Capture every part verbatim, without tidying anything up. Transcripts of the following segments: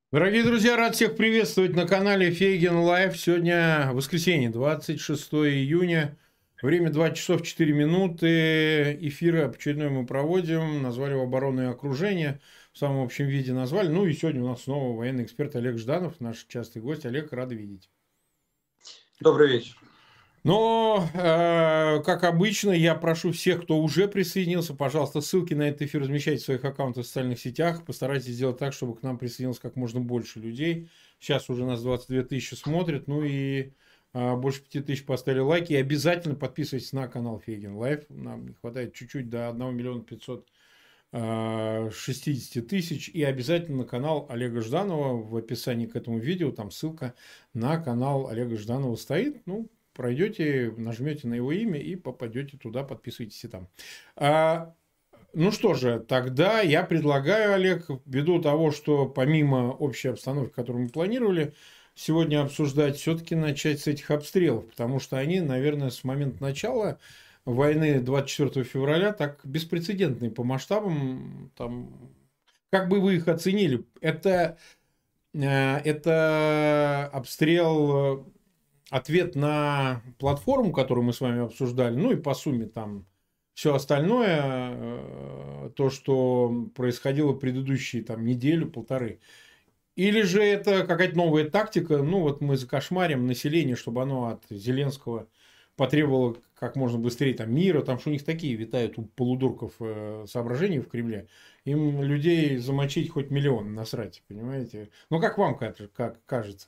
Дорогие друзья, рад всех приветствовать на канале Фейгин Лайв. Сегодня воскресенье, двадцать шестое июня. Время два часов четыре минуты. Эфир очередной мы проводим. Назвали его «Оборонное окружение». В самом общем виде назвали. Ну и сегодня у нас снова военный эксперт Олег Жданов, наш частый гость. Олег, рады видеть. Добрый вечер. Но, э, как обычно, я прошу всех, кто уже присоединился, пожалуйста, ссылки на этот эфир размещайте в своих аккаунтах в социальных сетях. Постарайтесь сделать так, чтобы к нам присоединилось как можно больше людей. Сейчас уже нас двадцать две тысячи смотрят, ну и э, больше пяти тысяч поставили лайки. И обязательно подписывайтесь на канал Фейгин Лайв. Нам не хватает чуть-чуть до одного миллиона пятисот шестидесяти тысяч. И обязательно на канал Олега Жданова. В описании к этому видео там ссылка на канал Олега Жданова стоит. Ну, пройдете, нажмете на его имя и попадете туда, подписывайтесь и там. А, ну что же, тогда я предлагаю, Олег, ввиду того, что помимо общей обстановки, которую мы планировали сегодня обсуждать, все-таки начать с этих обстрелов, потому что они, наверное, с момента начала войны двадцать четвёртого февраля так беспрецедентные по масштабам. Там, как бы вы их оценили? Это, это обстрел... Ответ на платформу, которую мы с вами обсуждали, ну и по сумме там все остальное, то, что происходило предыдущие там неделю-полторы. Или же это какая-то новая тактика, ну вот мы закошмарим население, чтобы оно от Зеленского потребовало как можно быстрее там мира, там что у них такие витают у полудурков э, соображения в Кремле, им людей замочить хоть миллион, насрать, понимаете? Ну как вам как, как кажется?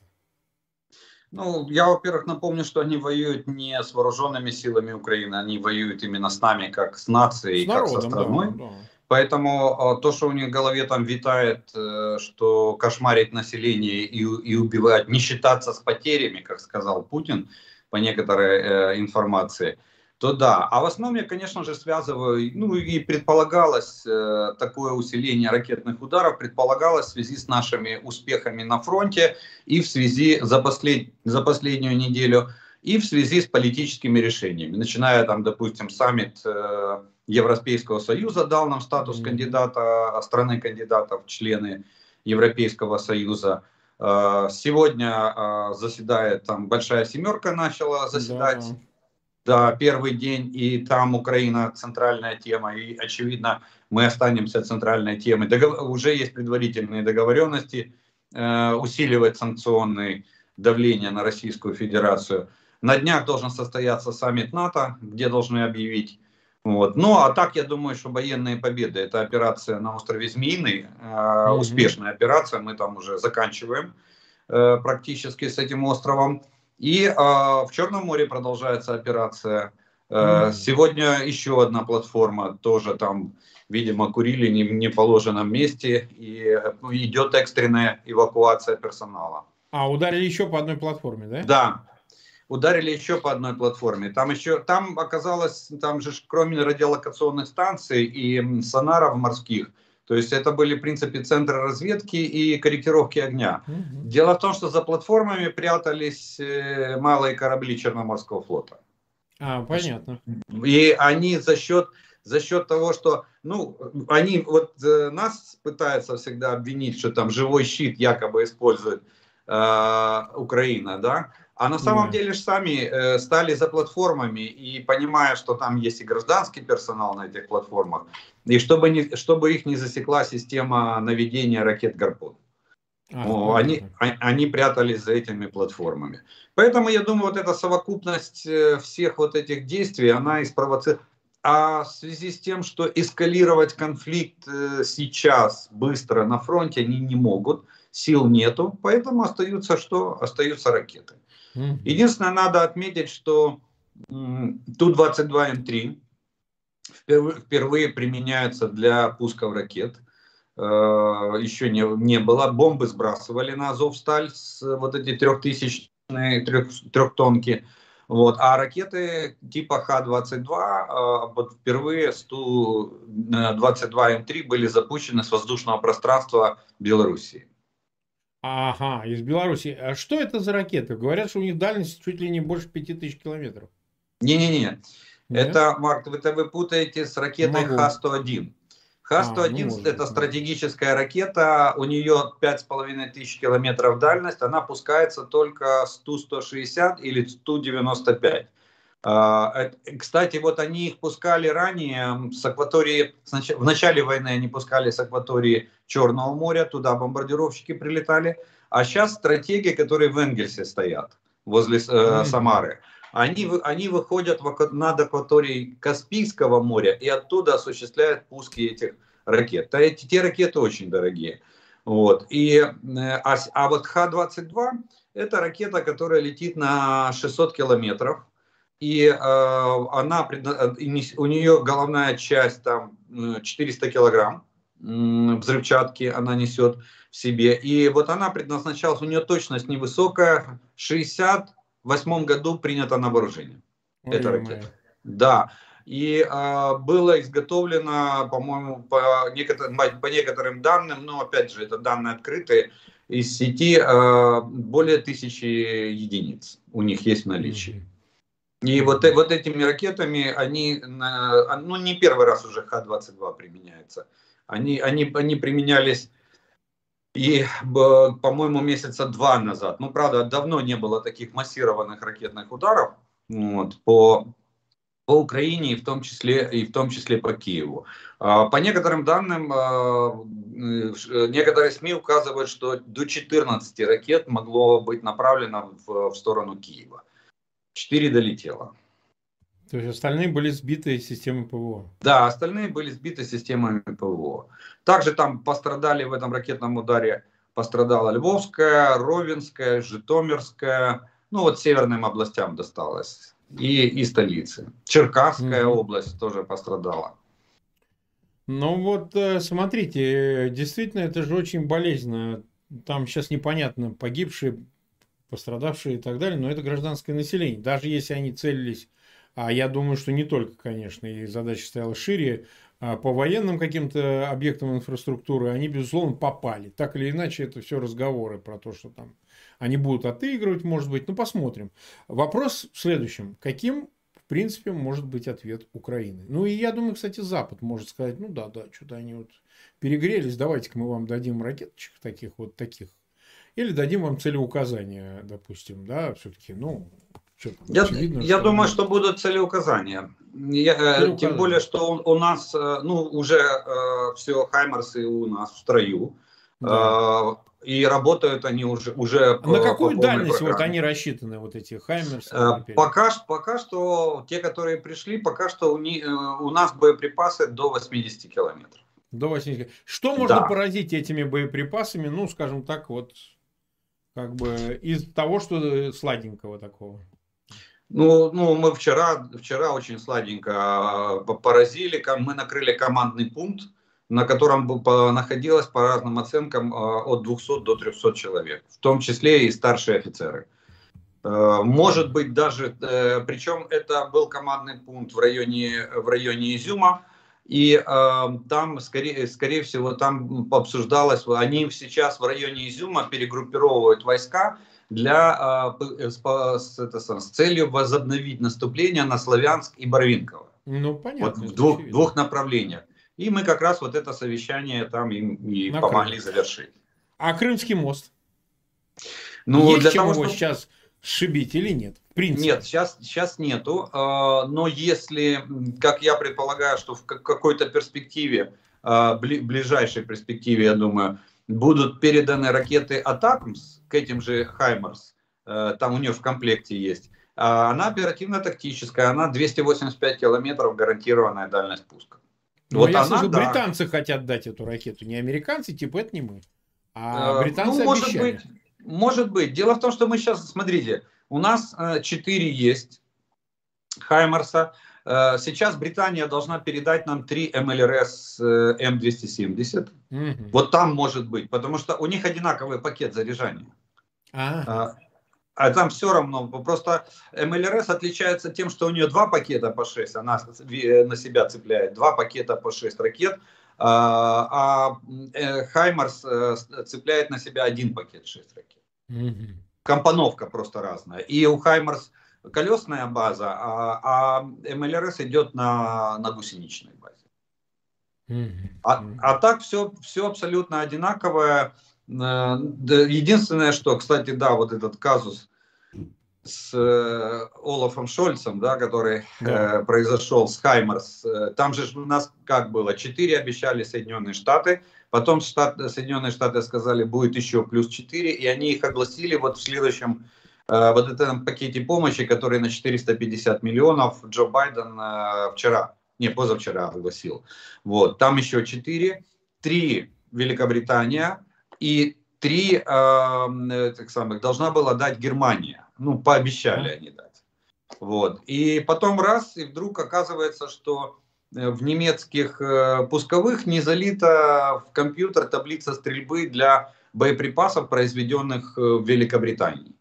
Ну, я, во-первых, напомню, что они воюют не с вооруженными силами Украины, они воюют именно с нами, как с нацией, С как со народом, да, страной. да. Поэтому то, что у них в голове там витает, что кошмарить население и, и убивать, не считаться с потерями, как сказал Путин, по некоторой э, информации, то да. А в основном я, конечно же, связываю, ну и предполагалось э, такое усиление ракетных ударов, предполагалось в связи с нашими успехами на фронте и в связи за, послед, за последнюю неделю, и в связи с политическими решениями. Начиная там, допустим, саммит э, Европейского Союза дал нам статус Mm-hmm. кандидата, страны кандидатов в члены Европейского Союза. Сегодня заседает там большая семерка, начала заседать. Да. Да, первый день, и там Украина центральная тема, и очевидно мы останемся центральной темой. Догов... Уже есть предварительные договоренности э, усиливать санкционные давление на Российскую Федерацию. На днях должен состояться саммит НАТО, где должны объявить. Вот. Ну а так я думаю, что военные победы, это операция на острове Змеиный, э, Угу. успешная операция, мы там уже заканчиваем э, практически с этим островом. И э, в Черном море продолжается операция. Э, Угу. сегодня еще одна платформа, тоже там, видимо, курили не в неположенном месте, и ну, идет экстренная эвакуация персонала. А, ударили еще по одной платформе, да? Да, ударили еще по одной платформе. Там еще, там оказалось, там же кроме радиолокационных станций и сонаров морских, то есть это были, в принципе, центры разведки и корректировки огня. Угу. Дело в том, что за платформами прятались малые корабли Черноморского флота. А, понятно. И они за счет, за счет того, что, ну, они вот э, нас пытаются всегда обвинить, что там живой щит якобы использует э, Украина, да, а на самом Да. деле же сами э, стали за платформами и понимая, что там есть и гражданский персонал на этих платформах, и чтобы, не, чтобы их не засекла система наведения ракет «Гарпун». А, О, они, они прятались за этими платформами. Поэтому я думаю, вот эта совокупность всех вот этих действий, она и спровоцирует. А в связи с тем, что эскалировать конфликт сейчас быстро на фронте они не могут, сил нету, поэтому остаются что? Остаются ракеты. Угу. Единственное, надо отметить, что Ту двадцать два М три впервые, впервые применяются для пусков ракет. Еще не, не было. Бомбы сбрасывали на Азовсталь с вот эти трехтысячные, трех, трехтонки. Вот. А ракеты типа Х двадцать два вот впервые с Ту двадцать два М три были запущены с воздушного пространства Белоруссии. Ага, из Беларуси. А что это за ракеты? Говорят, что у них дальность чуть ли не больше пяти тысяч километров. Не-не-не. Это, Марк, это вы путаете с ракетой Х сто один. А, ну, Х сто одиннадцать может это быть, может быть. стратегическая ракета, у нее пять с половиной тысяч километров дальность, она пускается только с Ту сто шестьдесят или с Ту девяносто пять. Кстати, вот они их пускали ранее с акватории, в начале войны они пускали с акватории Черного моря, туда бомбардировщики прилетали, а сейчас стратегии, которые в Энгельсе стоят, возле э, Мгм. Самары, они, они выходят в, над акваторией Каспийского моря и оттуда осуществляют пуски этих ракет. Эти, те ракеты очень дорогие. Вот. И, а, а вот Х двадцать два это ракета, которая летит на шестьсот километров. И э, она, у нее головная часть там четыреста килограмм э, взрывчатки она несет в себе. И вот она предназначалась, у нее точность невысокая, в шестьдесят восьмом году принята на вооружение. Ой, Эта ё-моё. ракета. Да. И э, было изготовлено, по-моему, по некоторым, по некоторым данным, но опять же, это данные открытые, из сети э, более тысячи единиц у них есть в наличии. Мгм. И вот, Мгм. вот этими ракетами, они, ну не первый раз уже Х двадцать два применяется. Они, они, они применялись и, по-моему, месяца два назад. Ну, правда, давно не было таких массированных ракетных ударов вот, по, по Украине, и в том числе, и в том числе по Киеву. По некоторым данным, некоторые СМИ указывают, что до четырнадцати ракет могло быть направлено в, в сторону Киева. Четыре долетело. То есть остальные были сбиты системой ПВО. Да, остальные были сбиты системами ПВО. Также там пострадали в этом ракетном ударе, пострадала Львовская, Ровенская, Житомирская, ну вот северным областям досталось. И, и столице. Черкасская Мгм. область тоже пострадала. Ну вот, э, смотрите, действительно, это же очень болезненно. Там сейчас непонятно, погибшие, пострадавшие и так далее, но это гражданское население. Даже если они целились, а я думаю, что не только, конечно, и задача стояла шире, а по военным каким-то объектам инфраструктуры, они, безусловно, попали. Так или иначе, это все разговоры про то, что там они будут отыгрывать, может быть. Ну, посмотрим. Вопрос в следующем. Каким, в принципе, может быть ответ Украины? Ну, и я думаю, кстати, Запад может сказать, ну, да, да, что-то они вот перегрелись, давайте-ка мы вам дадим ракеточек таких вот таких. Или дадим вам целеуказания, допустим, да, все-таки, ну, что там, Я, очевидно, я что думаю, они что будут целеуказания. Я, э, тем более, целеуказания. что у, у нас, э, ну, уже э, все Хаймерсы у нас в строю. Да. Э, и работают они уже, уже А на по, по какую полной дальность вот программе. они рассчитаны, вот эти Хаймерсы, Э, вот теперь? Пока, пока что, те, которые пришли, пока что у, ни- э, у нас боеприпасы до восьмидесяти километров. До восьмидесяти. Что можно Да. поразить этими боеприпасами, ну, скажем так, вот, как бы, из того, что сладенького такого? Ну, ну, мы вчера, вчера очень сладенько а, поразили, мы накрыли командный пункт, на котором находилось по разным оценкам а, от двухсот до трехсот человек, в том числе и старшие офицеры. Э, Может быть даже, э, причем это был командный пункт в районе, в районе Изюма, и э, там, скорее, скорее всего, там обсуждалось, они сейчас в районе Изюма перегруппировывают войска для, э, с, с, это, с целью возобновить наступление на Славянск и Барвинково. Ну, Вот понятно, в это двух, очевидно. двух направлениях. И мы как раз вот это совещание там им и помогли Накрыли. завершить. А Крымский мост? Ну, Есть для чем того, его чтобы... сейчас сшибить или нет? В Нет, принципе. сейчас, сейчас нету, а, но если, как я предполагаю, что в какой-то перспективе, а, ближайшей перспективе, я думаю, будут переданы ракеты Атакмс к этим же Хаймарс, там у нее в комплекте есть, а она оперативно-тактическая, она двести восемьдесят пять километров гарантированная дальность пуска. Но Вот я она, слышал, да. британцы хотят дать эту ракету. Не американцы, типа, это не мы. А Э, британцы Ну, может быть, обещали. может быть. Дело в том, что мы сейчас, смотрите, у нас четыре есть Хаймарса. Сейчас Британия должна передать нам три эм эл эр эс эм двести семьдесят. Угу. Вот там может быть, потому что у них одинаковый пакет заряжания. Ага. А а там все равно, просто эм эл эр эс отличается тем, что у нее два пакета по шесть, она на себя цепляет, два пакета по шесть ракет, а Хаймарс цепляет на себя один пакет шесть ракет. Угу. Компоновка просто разная. И у Хаймарс колесная база, а, а эм эл эр эс идет на, на гусеничной базе. А, а так все, все абсолютно одинаковое. Единственное, что, кстати, да, вот этот казус с э, Олафом Шольцем, да, который Да. э, произошел с Хаймарс, э, там же у нас как было, четыре обещали Соединенные Штаты, потом штат, Соединенные Штаты сказали, будет еще плюс четыре, и они их огласили вот в следующем, э, вот этом пакете помощи, который на четыреста пятьдесят миллионов Джо Байден э, вчера, не, позавчера огласил. Вот, там еще четыре, три Великобритания и три э, так самых, должна была дать Германия. Ну, пообещали они дать. Вот. И потом раз, и вдруг оказывается, что в немецких э, пусковых не залита в компьютер таблица стрельбы для боеприпасов, произведенных в Великобритании.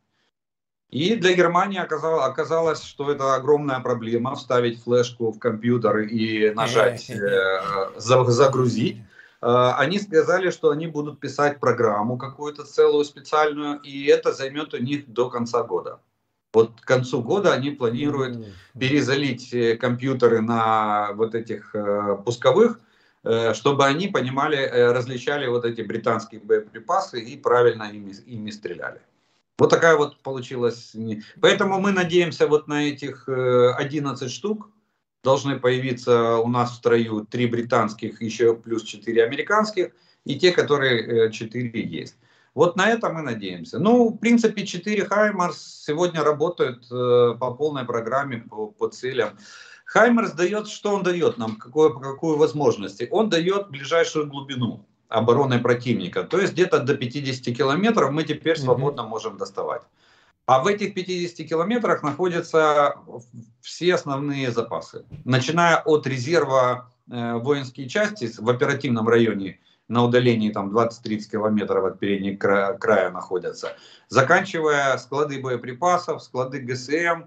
И для Германии оказалось, оказалось, что это огромная проблема, вставить флешку в компьютер и нажать э, загрузить. Они сказали, что они будут писать программу какую-то целую специальную, и это займет у них до конца года. Вот к концу года они планируют перезалить компьютеры на вот этих э, пусковых, э, чтобы они понимали, э, различали вот эти британские боеприпасы и правильно ими, ими стреляли. Вот такая вот получилась. Поэтому мы надеемся вот на этих одиннадцать штук. Должны появиться у нас в строю три британских, еще плюс четыре американских, и те, которые четыре есть. Вот на это мы надеемся. Ну, в принципе, четыре Хаймарс сегодня работают по полной программе, по, по целям. Хаймарс дает, что он дает нам, какую, какую возможность? Он дает ближайшую глубину обороны противника. То есть где-то до пятидесяти километров мы теперь свободно можем доставать. А в этих пятидесяти километрах находятся все основные запасы. Начиная от резерва э, воинские части в оперативном районе на удалении там двадцать-тридцать километров от переднего края, края находятся. Заканчивая склады боеприпасов, склады ГСМ,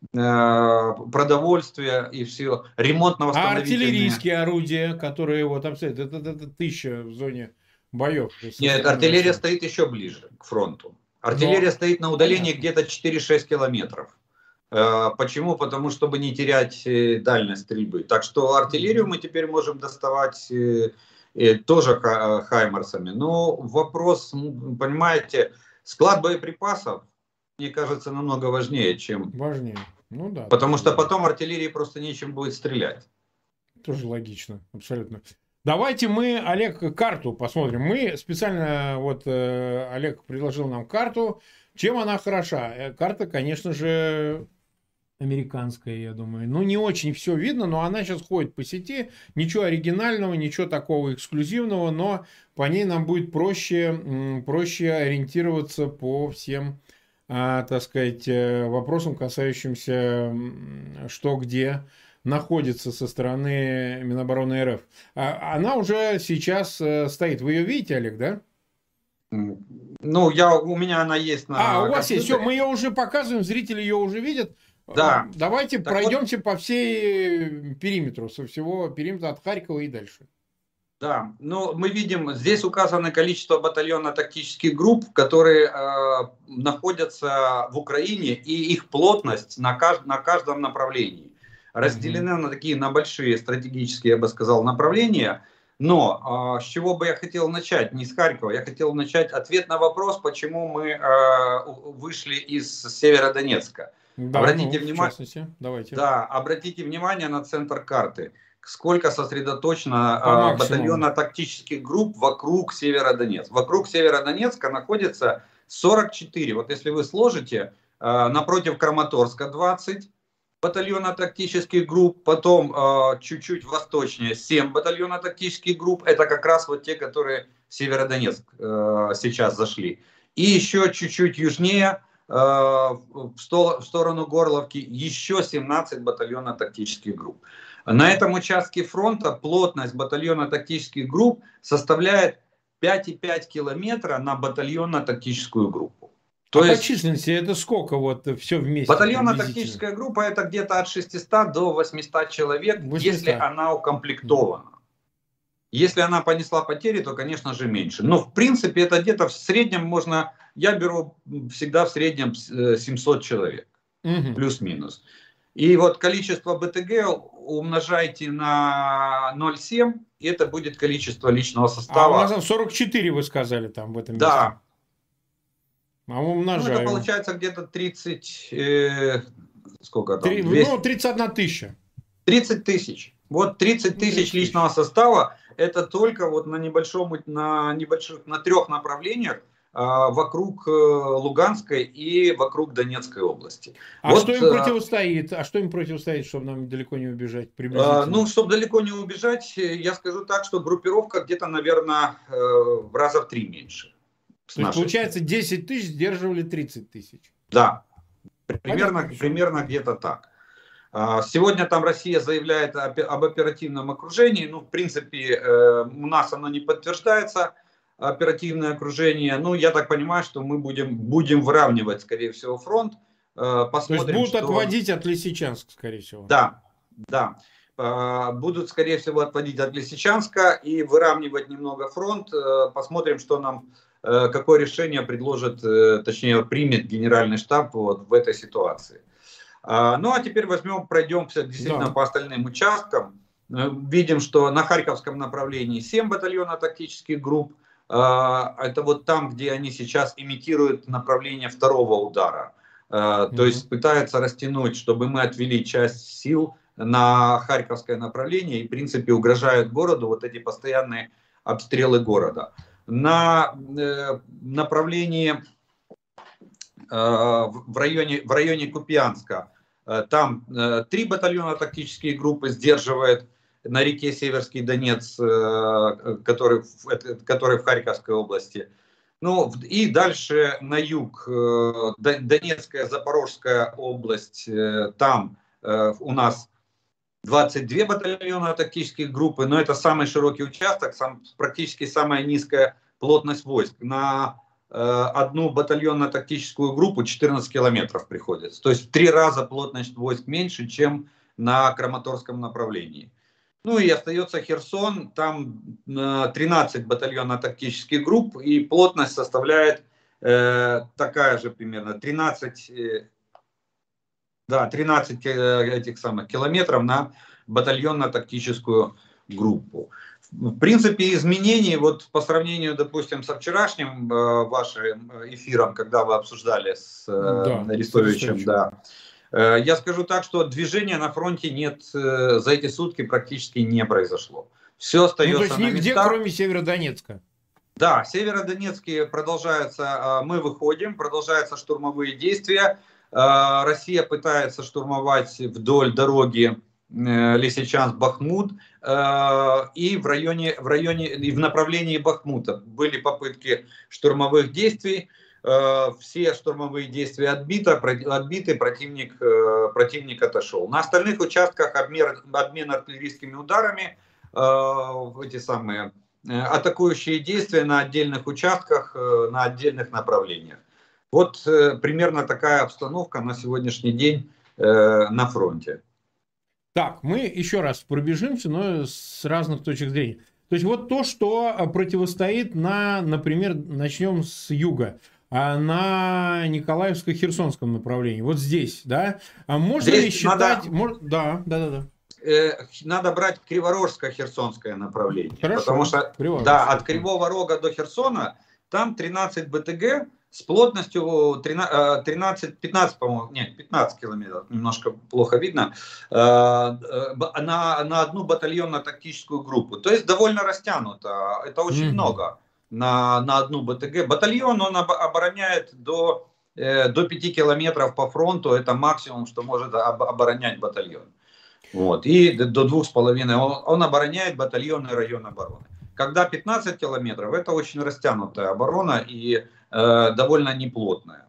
э, продовольствие и все. Ремонтно-восстановительные. А артиллерийские орудия, которые вот обстоят, это, это, это тысяча в зоне боев. Нет, артиллерия стоит еще ближе к фронту. Артиллерия Но... стоит на удалении где-то четыре-шесть километров. Почему? Потому чтобы не терять дальность стрельбы. Так что артиллерию мы теперь можем доставать тоже хаймарсами. Но вопрос, понимаете, склад боеприпасов, мне кажется, намного важнее, чем... Важнее. Ну да. Потому что потом артиллерии просто нечем будет стрелять. Тоже логично, абсолютно. Давайте мы, Олег, карту посмотрим. Мы специально, вот э, Олег предложил нам карту. Чем она хороша? Э, карта, конечно же, американская, я думаю. Ну, не очень все видно, но она сейчас ходит по сети. Ничего оригинального, ничего такого эксклюзивного, но по ней нам будет проще, проще ориентироваться по всем, э, так сказать, вопросам, касающимся что где находится со стороны Минобороны РФ. Она уже сейчас стоит. Вы ее видите, Олег, да? Ну, я, у меня она есть на А, у вас есть. Все, мы ее уже показываем, зрители ее уже видят. Да. Давайте так пройдемте вот, по всей периметру, со всего периметра от Харькова и дальше. Да, ну мы видим, здесь указано количество батальонно-тактических групп, которые э, находятся в Украине, и их плотность на, кажд, на каждом направлении. Разделены mm-hmm. на такие, на большие стратегические, я бы сказал, направления. Но э, с чего бы я хотел начать? Не с Харькова. Я хотел начать ответ на вопрос, почему мы э, вышли из Северодонецка. Да, обратите, ну, внима... Давайте. да, обратите внимание на центр карты. Сколько сосредоточено э, батальонно-тактических групп вокруг Северодонецка. Вокруг Северодонецка находится сорок четыре. Вот если вы сложите, э, напротив Краматорска двадцать. Батальонно-тактических групп, потом э, чуть-чуть восточнее семь батальонно-тактических групп, это как раз вот те, которые в Северодонецк э, сейчас зашли. И еще чуть-чуть южнее, э, в, сто, в сторону Горловки, еще семнадцать батальонно-тактических групп. На этом участке фронта плотность батальонно-тактических групп составляет пять и пять километра на батальонно-тактическую группу. То а есть, по численности это сколько вот все вместе? Батальонно-тактическая группа это где-то от шестисот до восьмисот человек, восемьсот. Если она укомплектована. Если она понесла потери, то, конечно же, меньше. Но, в принципе, это где-то в среднем можно... Я беру всегда в среднем семьсот человек. Угу. Плюс-минус. И вот количество БТГ умножайте на ноль целых семь десятых, и это будет количество личного состава. А у нас там сорок четыре, вы сказали, там в этом да. месте. А мы умножаем. Ну, это получается где-то тридцать... Э, сколько там? Три, двести ну, тридцать одна тысяча. тридцать тысяч. Вот тридцать тысяч личного состава, это только вот на небольшом, на небольших, на трех направлениях э, вокруг э, Луганской и вокруг Донецкой области. А вот, что им противостоит? А что им противостоит, чтобы нам далеко не убежать? Э, ну, чтобы далеко не убежать, я скажу так, что группировка где-то, наверное, э, в раза в три меньше. То есть, получается, десять тысяч сдерживали тридцать тысяч. Да, примерно, примерно где-то так. Сегодня там Россия заявляет об оперативном окружении. Ну, в принципе, у нас оно не подтверждается, оперативное окружение. Ну, я так понимаю, что мы будем, будем выравнивать, скорее всего, фронт. Посмотрим, То есть будут что... отводить от Лисичанска, скорее всего. Да, да. Будут, скорее всего, отводить от Лисичанска и выравнивать немного фронт. Посмотрим, что нам, какое решение предложит, точнее, примет Генеральный штаб вот в этой ситуации. Ну, а теперь возьмем, пройдемся действительно да. по остальным участкам. Видим, что на Харьковском направлении семь батальонов тактических групп. Это вот там, где они сейчас имитируют направление второго удара. Mm-hmm. То есть пытаются растянуть, чтобы мы отвели часть сил на Харьковское направление и, в принципе, угрожают городу вот эти постоянные обстрелы города. На направлении в районе, в районе Купянска там три батальона тактические группы сдерживает на реке Северский Донец, который, который в Харьковской области. Ну и дальше на юг, Донецкая, Запорожская область, там у нас двадцать два батальона тактических группы, но это самый широкий участок, сам, практически самая низкая плотность войск. На одну батальонно-тактическую группу четырнадцать километров приходится. То есть в три раза плотность войск меньше, чем на Краматорском направлении. Ну и остается Херсон, там тринадцать батальонно-тактических групп, и плотность составляет э, такая же примерно, тринадцать, э, да, тринадцать этих самых километров на батальонно-тактическую группу. В принципе, изменений вот по сравнению, допустим, со вчерашним э, вашим эфиром, когда вы обсуждали с э, да, Арестовичем, да, э, я скажу так, что движения на фронте нет, э, за эти сутки практически не произошло. Все остается ну, то есть на нигде, местах. Кроме Северодонецка. Да, в Северодонецке продолжаются, мы выходим, продолжаются штурмовые действия. Э, Россия пытается штурмовать вдоль дороги Лисичанск-Бахмут, э, и в районе, в районе и в направлении Бахмута были попытки штурмовых действий. Э, все штурмовые действия отбиты, отбиты противник, э, противник отошел. На остальных участках обмен, обмен артиллерийскими ударами, э, эти самые э, атакующие действия на отдельных участках, э, на отдельных направлениях. Вот э, примерно такая обстановка на сегодняшний день э, на фронте. Так, мы еще раз пробежимся, но с разных точек зрения. То есть вот то, что противостоит на, например, начнем с юга, на Николаевско-Херсонском направлении. Вот здесь, да? А можно здесь ли считать... Надо... Мож... Да, да, да, да. Надо брать Криворожско-Херсонское направление. Хорошо. Потому что да, от Кривого Рога до Херсона там тринадцать БТГ с плотностью тринадцать-пятнадцать, по-моему, нет, пятнадцать километров, немножко плохо видно, на, на одну батальонно-тактическую группу. То есть довольно растянуто, это очень mm-hmm. много на, на одну БТГ. Батальон, он обороняет до, до пяти километров по фронту, это максимум, что может оборонять батальон. Вот. И до двух с половиной он, он обороняет батальонный район обороны. Когда пятнадцать километров, это очень растянутая оборона и э, довольно неплотная.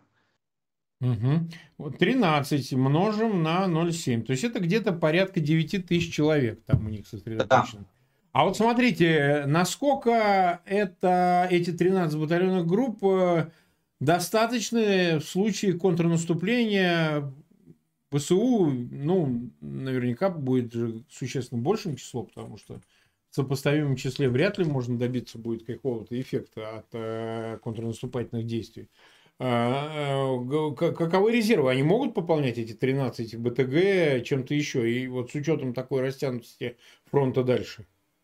Угу. тринадцать множим на ноль целых семь. То есть это где-то порядка девять тысяч человек там у них сосредоточено. Да. А вот смотрите, насколько это, эти тринадцать батальонных групп достаточны в случае контрнаступления. ВСУ, ну, наверняка будет же существенно большим числом, потому что в сопоставимом числе вряд ли можно добиться будет какого-то эффекта от э, контрнаступательных действий. Каковы резервы? Они могут пополнять эти тринадцать БТГ чем-то еще? И вот с учетом такой растянутости фронта дальше.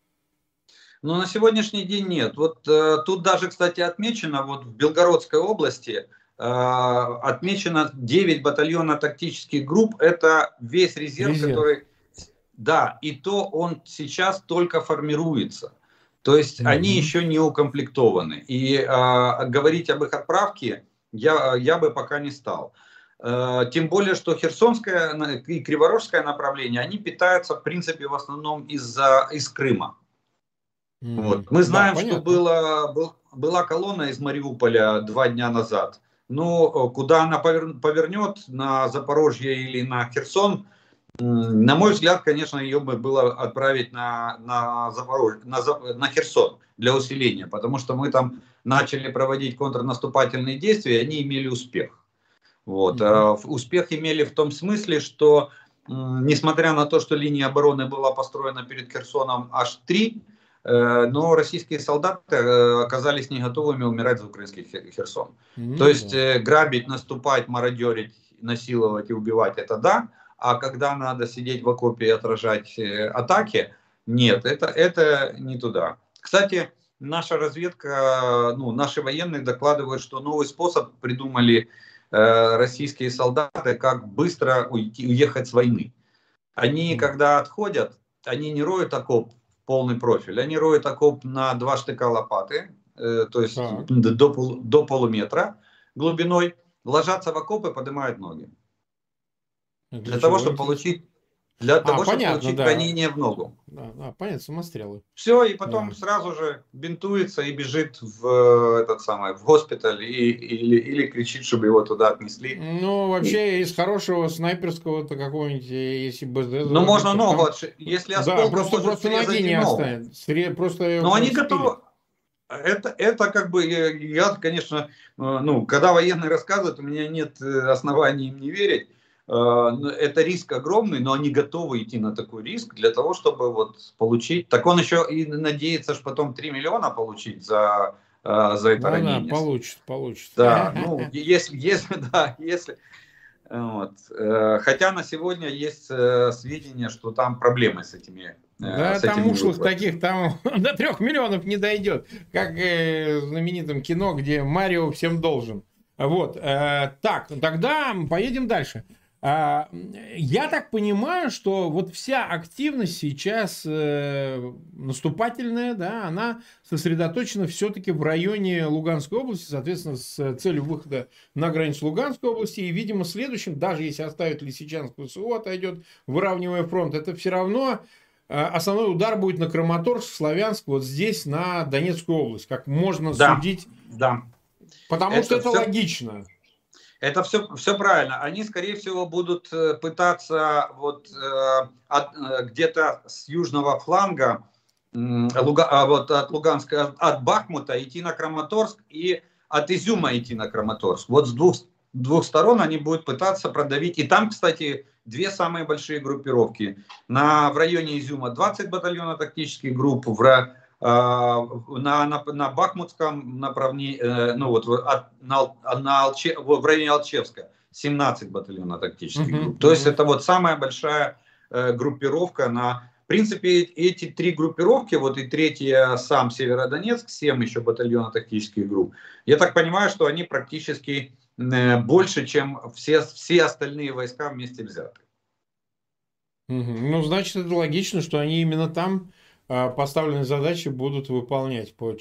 Но на сегодняшний день нет. Вот э, тут даже, кстати, отмечено, вот в Белгородской области э, отмечено девять батальонов тактических групп. Это весь резерв, Резерв. который... Да, и то он сейчас только формируется. То есть mm-hmm. они еще не укомплектованы. И э, говорить об их отправке я, я бы пока не стал. Э, тем более, что Херсонское и Криворожское направление, они питаются, в принципе, в основном из-за, из Крыма. Mm-hmm. Вот. Мы знаем, да, что было, был, была колонна из Мариуполя два дня назад. Но куда она повернет, на Запорожье или на Херсон, на мой взгляд, конечно, ее бы было отправить на, на, Запорожье, на, на Херсон для усиления, потому что мы там начали проводить контрнаступательные действия, и они имели успех. Вот. Mm-hmm. Успех имели в том смысле, что, несмотря на то, что линия обороны была построена перед Херсоном аж три, но российские солдаты оказались не готовыми умирать за украинский Херсон. Mm-hmm. То есть грабить, наступать, мародерить, насиловать и убивать — это да. А когда надо сидеть в окопе и отражать э, атаки, нет, это, это не туда. Кстати, наша разведка, ну, наши военные докладывают, что новый способ придумали э, российские солдаты, как быстро уйти, уехать с войны. Они, mm. когда отходят, они не роют окоп в полный профиль, они роют окоп на два штыка лопаты, э, то есть mm. до, пол, до полуметра глубиной, ложатся в окоп и поднимают ноги. Для, для того, чтобы получить, для а, того, чтобы понятно, получить да. ранение в ногу. Да, да, понятно, самострелы. Все, и потом да. сразу же бинтуется и бежит в этот самый в госпиталь и, или, или кричит, чтобы его туда отнесли. Ну, вообще, и... из хорошего снайперского-то какого-нибудь, если бы... Ну, можно там... ногу отшить. Если осколком, да, просто, просто ноги не останет. Сре... Просто Но они готовы. Это, это как бы, я, я, конечно, ну, когда военные рассказывают, у меня нет оснований им не верить. Это риск огромный, но они готовы идти на такой риск для того, чтобы вот получить. Так он еще и надеется, что потом три миллиона получить за, за это ну, ранение. Да, получит, получит. Да, ну, если, если, да, если. Вот. Хотя на сегодня есть сведения, что там проблемы с этими. Да, с там ушлых таких, там до трех миллионов не дойдет. Как в знаменитом кино, где Марио всем должен. Вот. Так, тогда поедем дальше. Я так понимаю, что вот вся активность сейчас э, наступательная, да, она сосредоточена все-таки в районе Луганской области, соответственно, с целью выхода на границу Луганской области. И, видимо, следующим, даже если оставит Лисичанск, ВСУ отойдет, выравнивая фронт, это все равно э, основной удар будет на Краматорск, Славянск, вот здесь, на Донецкую область, как можно да, судить. Да. Потому это что это все... логично. Это все, все правильно. Они, скорее всего, будут пытаться вот, э, от, где-то с южного фланга, э, Луга, вот от Луганска, от, от Бахмута идти на Краматорск и от Изюма идти на Краматорск. Вот с двух, двух сторон они будут пытаться продавить. И там, кстати, две самые большие группировки. На, в районе Изюма двадцать батальонов тактических групп, в На, на, на Бахмутском направлении, э, ну вот от, на, на Алче, в районе Алчевска семнадцать батальонов тактических uh-huh, групп. То uh-huh. есть это вот самая большая э, группировка. На, в принципе, эти три группировки, вот и третья сам Северодонецк, семь еще батальонов тактических групп. Я так понимаю, что они практически э, больше, чем все, все остальные войска вместе взяты. Uh-huh. Ну, значит, это логично, что они именно там поставленные задачи будут выполнять по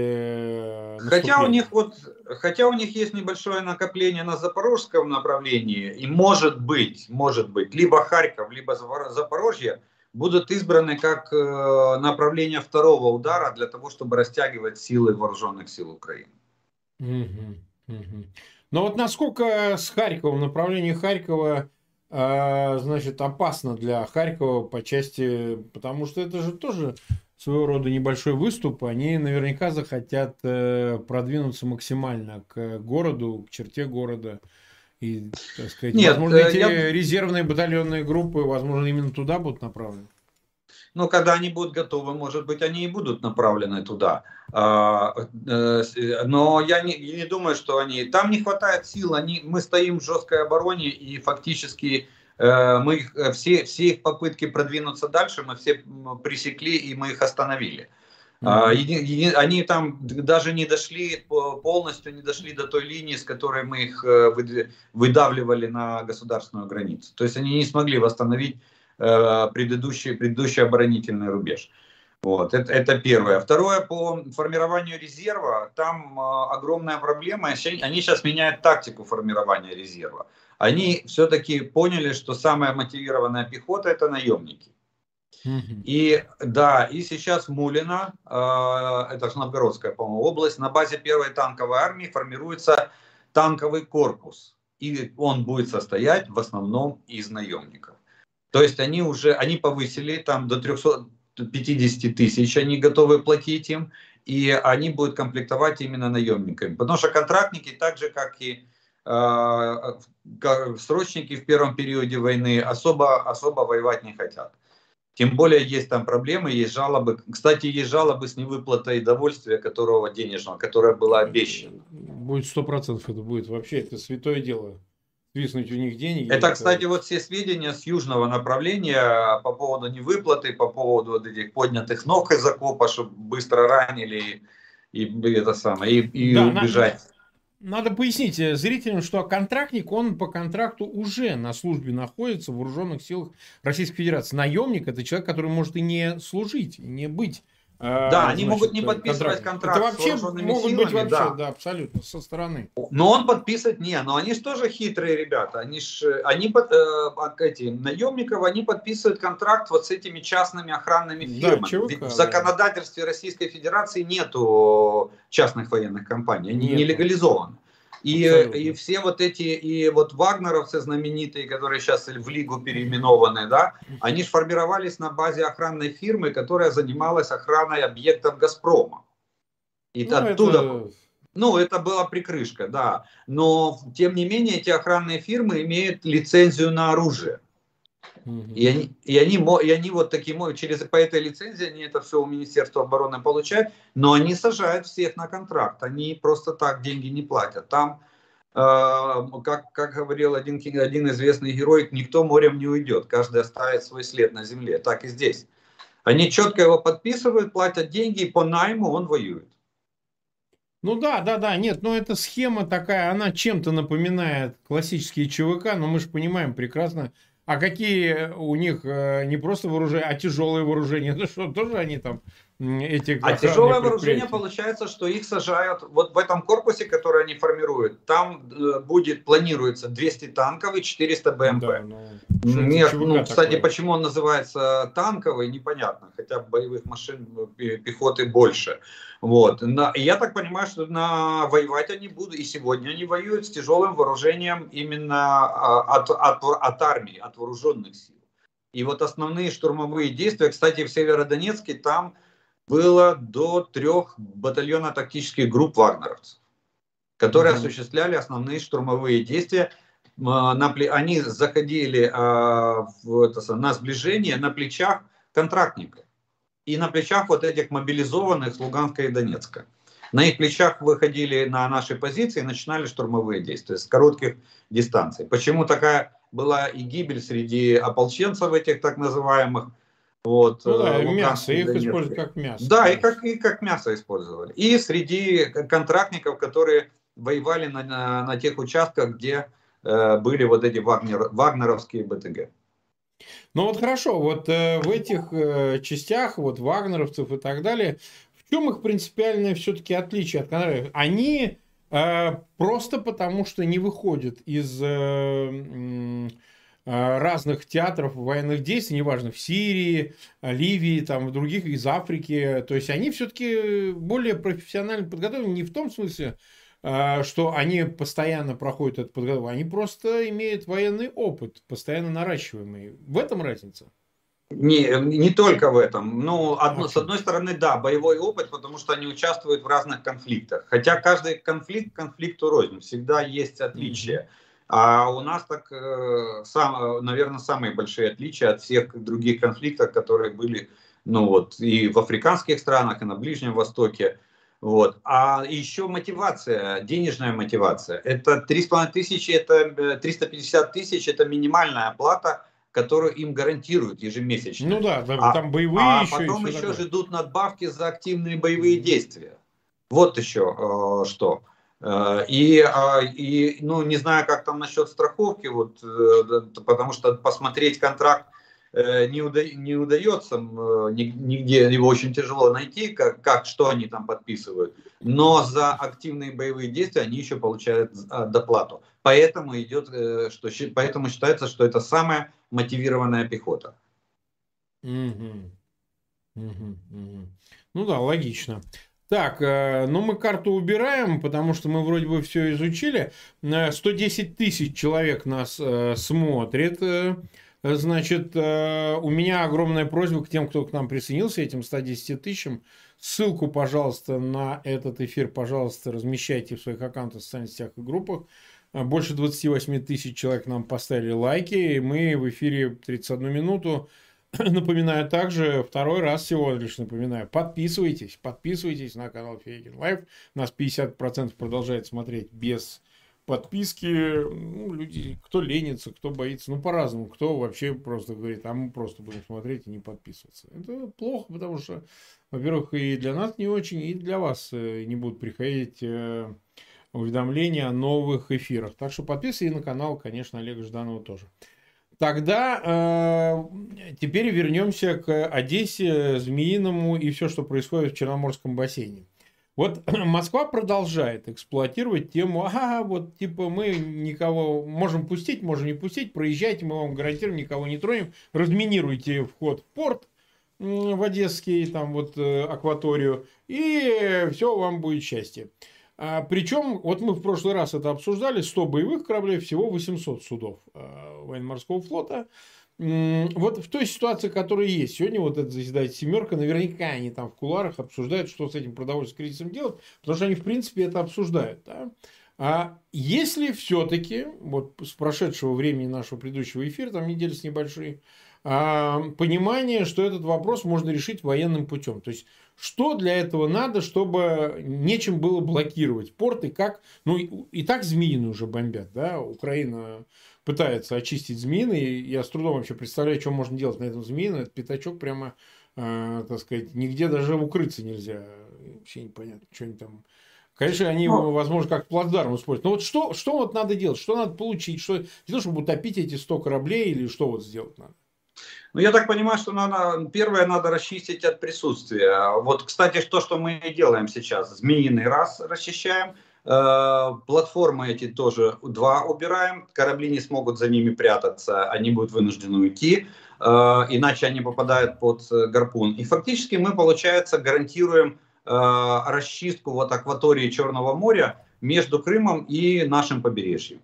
части хотя у них вот хотя у них есть небольшое накопление на запорожском направлении, и может быть может быть либо Харьков, либо Запорожье будут избраны как направление второго удара для того, чтобы растягивать силы вооруженных сил Украины. Угу, угу. Но вот насколько с Харьковом, направление Харькова, значит, опасно для Харькова по части, потому что это же тоже своего рода небольшой выступ, они наверняка захотят продвинуться максимально к городу, к черте города. И, так сказать, Нет, возможно, эти я... резервные батальонные группы, возможно, именно туда будут направлены. Ну, когда они будут готовы, может быть, они и будут направлены туда. А, э, но я не, не думаю, что они... Там не хватает сил, они, мы стоим в жесткой обороне, и фактически э, мы их, все, все их попытки продвинуться дальше, мы все пресекли, и мы их остановили. А, еди- еди- они там даже не дошли, полностью не дошли до той линии, с которой мы их э, выдви- выдавливали на государственную границу. То есть они не смогли восстановить э, предыдущий, предыдущий оборонительный рубеж. Вот, это, это первое. Второе, по формированию резерва, там э, огромная проблема. Ща- Они сейчас меняют тактику формирования резерва. Они все-таки поняли, что самая мотивированная пехота — это наемники. Мгм. И да, и сейчас Мулино, э, это же Новгородская, по-моему, область, на базе первой танковой армии формируется танковый корпус. И он будет состоять в основном из наемников. То есть они уже, они повысили там до трёхсот пятидесяти тысяч, они готовы платить им, и они будут комплектовать именно наемниками. Потому что контрактники, так же как и э, как срочники в первом периоде войны, особо, особо воевать не хотят. Тем более есть там проблемы, есть жалобы. Кстати, есть жалобы с невыплатой довольствия, которого денежного, которое было обещано. Будет сто процентов это будет. Вообще, это святое дело. Свиснуть у них деньги. Это, Это... кстати, вот все сведения с южного направления по поводу невыплаты, по поводу вот этих поднятых ног из окопа, чтобы быстро ранили и, и это самое, и, и Да, на- на- убежать. надо пояснить э, зрителям, что контрактник, он по контракту уже на службе находится в вооруженных силах Российской Федерации. Наемник — это человек, который может и не служить, и не быть, Да, э, они могут значит, не э, подписывать контрактником. Это контракт с вообще вооруженными могут быть силами, вообще, да. да, абсолютно, со стороны. Но он подписывать не, но они же тоже хитрые ребята. Они ж, они под, э, эти, наемников, они подписывают контракт вот с этими частными охранными Да, фирмами. ЧВК, Ведь в да. законодательстве Российской Федерации нету частных военных компаний, они не Нету. легализованы. И, и Абсолютно. все вот эти, и вот вагнеровцы знаменитые, которые сейчас в Лигу переименованы, да, они же формировались на базе охранной фирмы, которая занималась охраной объектов Газпрома. И Ну, оттуда, это... ну, это была прикрышка, да. Но, тем не менее, эти охранные фирмы имеют лицензию на оружие. И Мгм. они, и они, и они вот таким, через, по этой лицензии, они это все у Министерства обороны получают, но они сажают всех на контракт. Они просто так деньги не платят. Там, э, как, как говорил один, один известный герой, никто морем не уйдет. Каждый оставит свой след на земле. Так и здесь. Они четко его подписывают, платят деньги, и по найму он воюет. Ну да, да, да, нет, ну эта схема такая, она чем-то напоминает классические ЧВК, но мы же понимаем прекрасно, а какие у них э, не просто вооружения, а тяжелые вооружения, ну что, тоже они там, м, эти А охранные тяжелое вооружение предприятия. получается, что их сажают вот в этом корпусе, который они формируют. Там э, будет, планируется двести танков и четыреста БМП. Да, ну, что это Нет, ну, ЧВК кстати, такое. почему он называется танковый, непонятно. Хотя боевых машин э, пехоты больше. Вот. На, и я так понимаю, что на воевать они будут, и сегодня они воюют с тяжелым вооружением именно а, от, от, от армии, от вооруженных сил. И вот основные штурмовые действия, кстати, в Северодонецке там было до трех батальона тактических групп вагнеровцев, которые Мгм. осуществляли основные штурмовые действия. Они заходили в это, на сближение на плечах контрактников и на плечах вот этих мобилизованных с Луганска и Донецка. На их плечах выходили на наши позиции и начинали штурмовые действия с коротких дистанций. Почему такая была и гибель среди ополченцев этих так называемых, вот, Ну да, мясо, Луганский, их используют Донецкий. как мясо, Да, и да. как, и как мясо использовали. И среди контрактников, которые воевали на, на, на тех участках, где э, были вот эти вагнер, вагнеровские БТГ. Ну вот хорошо, вот э, в этих э, частях, вот вагнеровцев и так далее, в чем их принципиальное все-таки отличие от контрактов? Они э, просто потому, что не выходят из э, м, э, разных театров военных действий, неважно, в Сирии, Ливии, там, в других, из Африки. То есть они все-таки более профессионально подготовлены, не в том смысле, э, что они постоянно проходят эту подготовку, они просто имеют военный опыт, постоянно наращиваемый. В этом разница. Не, не только в этом. Ну, А одно, в с чем? одной стороны, да, боевой опыт, потому что они участвуют в разных конфликтах. Хотя каждый конфликт конфликту рознь, всегда есть Мгм. отличия. А у нас так, э, сам, наверное, самые большие отличия от всех других конфликтов, которые были ну вот, и в африканских странах, и на Ближнем Востоке. Вот. А еще мотивация, денежная мотивация. Это три с половиной тысячи, это триста пятьдесят тысяч, это минимальная оплата, которую им гарантируют Ну ежемесячно. да, да, А, там боевые а еще и потом все еще такое. же идут надбавки за активные боевые действия. Вот еще э, что. Э, И, а, и, ну, не знаю, как там насчет страховки, вот, э, потому что посмотреть контракт э, не, уда, не удается, э, нигде его очень тяжело найти, как, как, что они там подписывают. Но за активные боевые действия они еще получают а, доплату. Поэтому идет, э, что, поэтому считается, что это самая мотивированная пехота. Мгм. Мгм. Мгм. Ну да, логично. Так, э, ну мы карту убираем, потому что мы вроде бы все изучили. Э, сто десять тысяч человек нас э, смотрит. Э, Значит, э, у меня огромная просьба к тем, кто к нам присоединился, этим ста десяти тысячам. Ссылку, пожалуйста, на этот эфир, пожалуйста, размещайте в своих аккаунтах, в социальных сетях и группах. Э, Больше двадцати восьми тысяч человек нам поставили лайки, и мы в эфире тридцать одну минуту. Напоминаю также, второй раз всего лишь напоминаю, подписывайтесь, подписывайтесь на канал Фейгин Лайв. Нас пятьдесят процентов продолжает смотреть без подписки. Ну, люди, кто ленится, кто боится, ну, по-разному. Кто вообще просто говорит, а мы просто будем смотреть и не подписываться. Это плохо, потому что, во-первых, и для нас не очень, и для вас э, не будут приходить э, уведомления о новых эфирах. Так что подписывайтесь на канал, конечно, Олега Жданова тоже. Тогда э, теперь вернемся к Одессе, Змеиному и все, что происходит в Черноморском бассейне. Вот Москва продолжает эксплуатировать тему, ага, вот типа мы никого можем пустить, можем не пустить, проезжайте, мы вам гарантируем, никого не тронем, разминируйте вход в порт в Одесский, там вот э, акваторию, и все, вам будет счастье. А, причем, вот мы в прошлый раз это обсуждали, сто боевых кораблей, всего восемьсот судов э, военно-морского флота. М, Вот в той ситуации, которая есть. Сегодня вот это заседает семерка, наверняка они там в кулуарах обсуждают, что с этим продовольственным кризисом делать, потому что они, в принципе, это обсуждают. Да? А если все-таки, вот с прошедшего времени нашего предыдущего эфира, там недели с небольшой, а, понимание, что этот вопрос можно решить военным путем. То есть, что для этого надо, чтобы нечем было блокировать порт и как... Ну, и, и так Змеиный уже бомбят, да, Украина пытается очистить Змеиный, и я с трудом вообще представляю, что можно делать на этом Змеином. Этот пятачок прямо, э, так сказать, нигде даже укрыться нельзя. Вообще непонятно, что они там... Конечно, они, Ну, возможно, как плацдарм используют. Но вот что, что вот надо делать? Что надо получить? Что, не то, чтобы утопить эти сто кораблей или что вот сделать надо? Ну, я так понимаю, что надо, первое, надо расчистить от присутствия. Вот, кстати, то, что мы делаем сейчас. Змеиный раз расчищаем, э, платформы эти тоже два убираем, корабли не смогут за ними прятаться, они будут вынуждены уйти, э, иначе они попадают под гарпун. И фактически мы, получается, гарантируем э, расчистку вот акватории Черного моря между Крымом и нашим побережьем.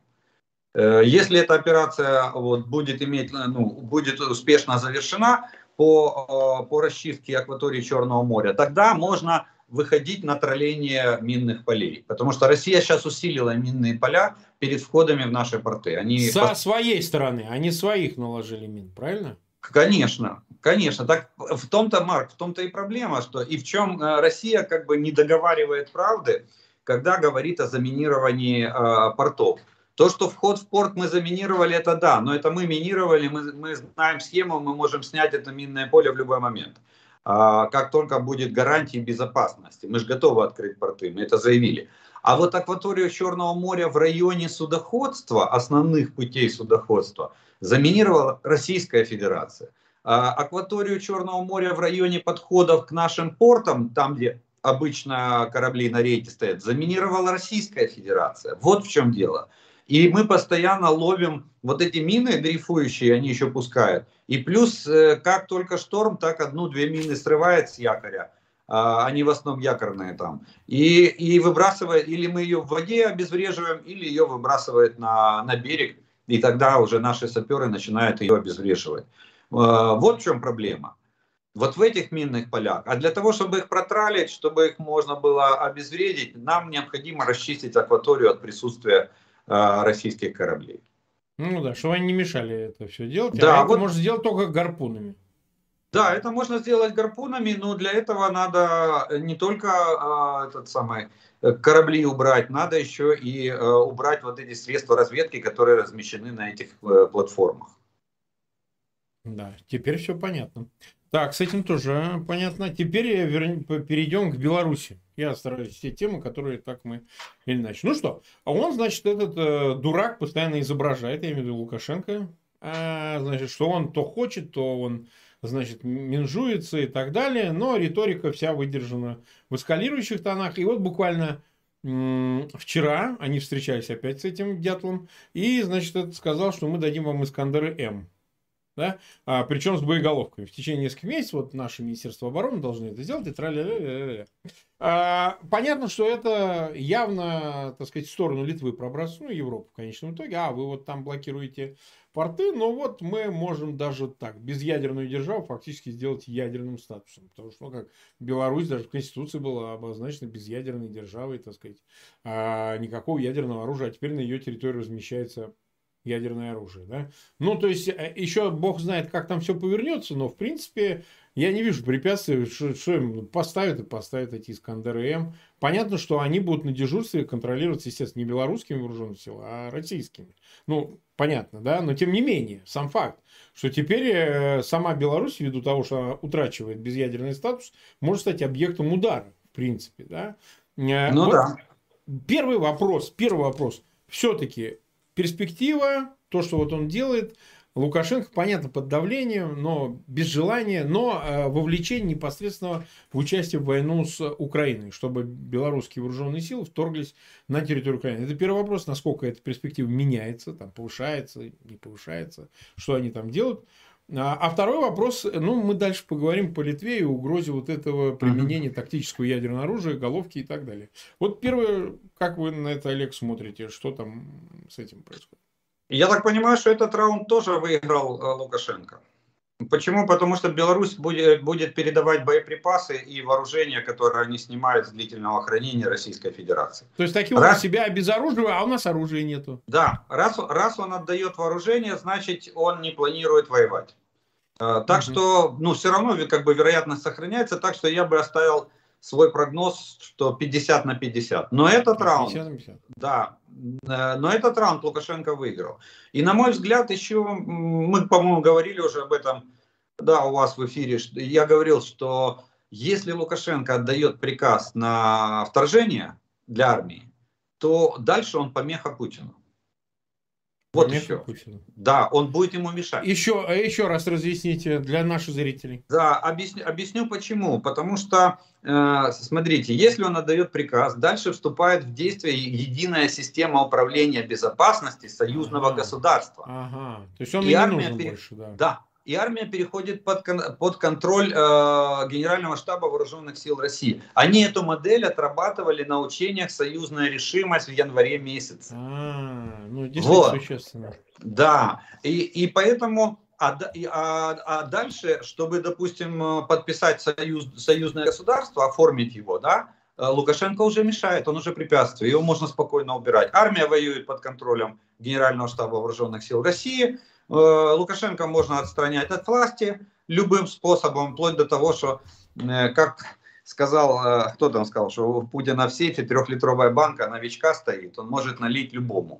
Если эта операция вот, будет, иметь, ну, будет успешно завершена по, по расчистке акватории Черного моря, тогда можно выходить на тролление минных полей. Потому что Россия сейчас усилила минные поля перед входами в наши порты. Они Со своей стороны, они своих наложили мин, правильно? Конечно, конечно. Так в том-то, Марк, в том-то и проблема, что и в чем Россия как бы не договаривает правды, когда говорит о заминировании э, портов. То, что вход в порт мы заминировали, это да, но это мы минировали, мы, мы знаем схему, мы можем снять это минное поле в любой момент. А, как только будет гарантия безопасности. Мы же готовы открыть порты, мы это заявили. А вот акваторию Черного моря в районе судоходства, основных путей судоходства, заминировала Российская Федерация. А акваторию Черного моря в районе подходов к нашим портам, там, где обычно корабли на рейде стоят, заминировала Российская Федерация. Вот в чем дело. И мы постоянно ловим вот эти мины дрейфующие, они еще пускают. И плюс, как только шторм, так одну-две мины срывает с якоря. Они в основном якорные там. И, и выбрасывает, или мы ее в воде обезвреживаем, или ее выбрасывает на, на берег. И тогда уже наши саперы начинают ее обезвреживать. Вот в чем проблема. Вот в этих минных полях. А для того, чтобы их протралить, чтобы их можно было обезвредить, нам необходимо расчистить акваторию от присутствия э, российских кораблей. Ну да, чтобы они не мешали это все делать. А Да, это вот можно сделать только гарпунами. Да, это можно сделать гарпунами, но для этого надо не только а, этот самый э, корабли убрать, надо еще и э, убрать вот эти средства разведки, которые размещены на этих э, платформах. Да, теперь все понятно. Так, с этим тоже понятно. Теперь верн- п- перейдем к Беларуси. Я стараюсь те темы, которые так мы или иначе. Ну что, а он, значит, этот э, дурак постоянно изображает, я имею в виду Лукашенко, а, значит, что он то хочет, то он, значит, менжуется и так далее. Но риторика вся выдержана в эскалирующих тонах. И вот буквально м, вчера они встречались опять с этим дятлом. И, значит, этот сказал, что мы дадим вам Искандеры М. Да? А, причем с боеголовками. В течение нескольких месяцев вот наше Министерство обороны должны это сделать. И тра-ля-ля-ля-ля. А, понятно, что это явно, так сказать, в сторону Литвы проброс, ну, Европу в конечном итоге. А, вы вот там блокируете порты, но вот мы можем даже так, безъядерную державу фактически сделать ядерным статусом. Потому что, ну, как Беларусь даже в Конституции была обозначена безъядерной державой, так сказать. А, никакого ядерного оружия, а теперь на ее территории размещается ядерное оружие, да? Ну, то есть, э, еще бог знает, как там все повернется, но, в принципе, я не вижу препятствий, что, что им поставят и поставят эти Искандеры М. Понятно, что они будут на дежурстве контролироваться, естественно, не белорусскими вооруженными силами, а российскими. Ну, понятно, да? Но, тем не менее, сам факт, что теперь э, сама Беларусь, ввиду того, что она утрачивает безъядерный статус, может стать объектом удара, в принципе, да? Э, Ну вот да. первый вопрос, первый вопрос. Все-таки перспектива, то, что вот он делает, Лукашенко, понятно, под давлением, но без желания, но э, вовлечение непосредственно в участие в войну с Украиной, чтобы белорусские вооруженные силы вторглись на территорию Украины. Это первый вопрос, насколько эта перспектива меняется, там, повышается, не повышается, что они там делают. А, а второй вопрос, ну, мы дальше поговорим по Литве и угрозе вот этого применения тактического ядерного оружия, головки и так далее. Вот первое, как вы на это, Олег, смотрите, что там с этим происходит? Я так понимаю, что этот раунд тоже выиграл э, Лукашенко. Почему? Потому что Беларусь будет, будет передавать боеприпасы и вооружение, которые они снимают с длительного хранения Российской Федерации. То есть, такие образом Раз, себя обезоруживают, а у нас оружия нету. да, раз, раз он отдает вооружение, значит он не планирует воевать. Э, Так Угу. что, ну, все равно как бы вероятность сохраняется, так что я бы оставил свой прогноз, что пятьдесят на пятьдесят. Но этот А, раунд, пятьдесят на пятьдесят. да, э, но этот раунд Лукашенко выиграл. И на мой взгляд, еще, м, мы, по-моему, говорили уже об этом, да, у вас в эфире, что- я говорил, что если Лукашенко отдает приказ на вторжение для армии, то дальше он помеха Путину. Вот Помеха еще. Путину. Да, он будет ему мешать. Еще, еще раз разъясните для наших зрителей. Да, объясню, объясню почему. Потому что, э, смотрите, если он отдает приказ, дальше вступает в действие единая система управления безопасности союзного Ага, государства. ага. То есть он И и не армия, нужен пере- больше, да. да, и армия переходит под, кон- под контроль э, Генерального штаба Вооруженных сил России. Они эту модель отрабатывали на учениях «Союзная решимость» в январе месяце. А, ну действительно Вот. существенно. Да, и, и поэтому, а, да- и- а, а дальше, чтобы, допустим, э, подписать союз, союзное государство, оформить его, да, э, Лукашенко уже мешает, он уже препятствует, его можно спокойно убирать. Армия воюет под контролем Генерального штаба Вооруженных сил России, Э, Лукашенко можно отстранять от власти любым способом, вплоть до того, что, э, как сказал, э, кто там сказал, что у Путина в сейфе трехлитровая банка новичка стоит, он может налить любому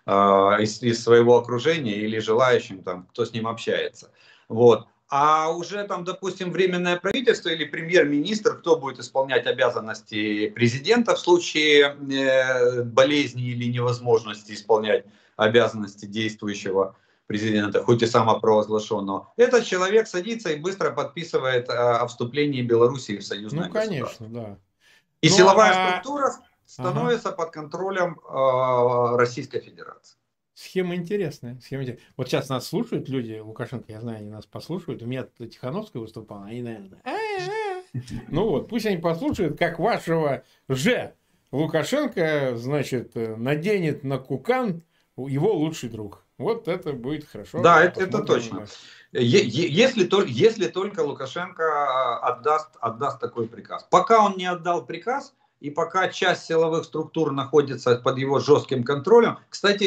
из, из своего окружения или желающим, там, кто с ним общается. Вот. А уже там, допустим, временное правительство или премьер-министр, кто будет исполнять обязанности президента в случае э, болезни или невозможности исполнять обязанности действующего президента, хоть и самопровозглашенного, этот человек садится и быстро подписывает э, о вступлении Белоруссии в союзное Ну, государство. конечно, да. И Ну, силовая а... структура Ага. становится под контролем э, Российской Федерации. Схема интересная. Схема интересная. Вот сейчас нас слушают люди, Лукашенко, я знаю, они нас послушают. У меня тут Тихановская выступала, они, наверное, «А-а-а». Ну вот, пусть они послушают, как вашего же Лукашенко, значит, наденет на кукан его лучший друг. Вот это будет хорошо. Да, это, это Посмотрим, точно. да. Е- е- Если, тол- если только Лукашенко отдаст, отдаст такой приказ. Пока он не отдал приказ, и пока часть силовых структур находится под его жестким контролем. Кстати,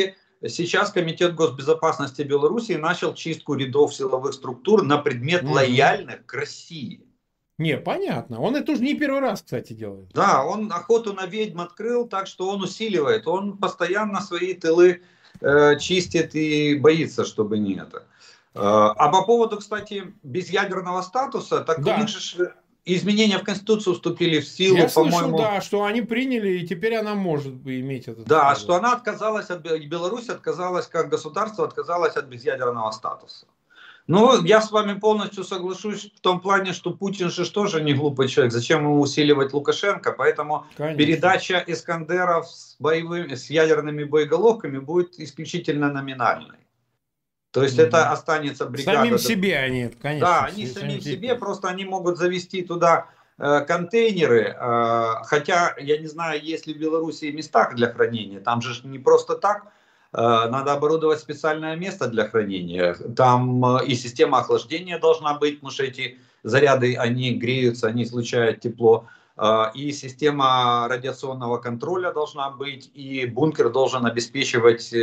сейчас Комитет госбезопасности Беларуси начал чистку рядов силовых структур на предмет Мгм. лояльных к России. Не, понятно. Он это уже не первый раз, кстати, делает. Да, он охоту на ведьм открыл, так что он усиливает. Он постоянно свои тылы э, чистит и боится, чтобы не это. Э, а по поводу, кстати, безъядерного статуса, так Да. у них же изменения в Конституцию вступили в силу, Я слышал, по-моему. да, что они приняли, и теперь она может иметь этот Да, статус. что она отказалась от Беларусь отказалась как государство отказалась от безъядерного статуса. Ну, я с вами полностью соглашусь в том плане, что Путин же тоже не глупый человек. Зачем ему усиливать Лукашенко? Поэтому Конечно. передача Искандеров с, боевыми, с ядерными боеголовками будет исключительно номинальной. То есть угу. это останется бригада. Самим себе они, конечно. Да, они самим себе, себе, просто они могут завести туда э, контейнеры. Э, хотя, я не знаю, есть ли в Беларуси места для хранения. Там же не просто так. Надо оборудовать специальное место для хранения. Там и система охлаждения должна быть, потому что эти заряды, они греются, они излучают тепло. И система радиационного контроля должна быть, и бункер должен обеспечивать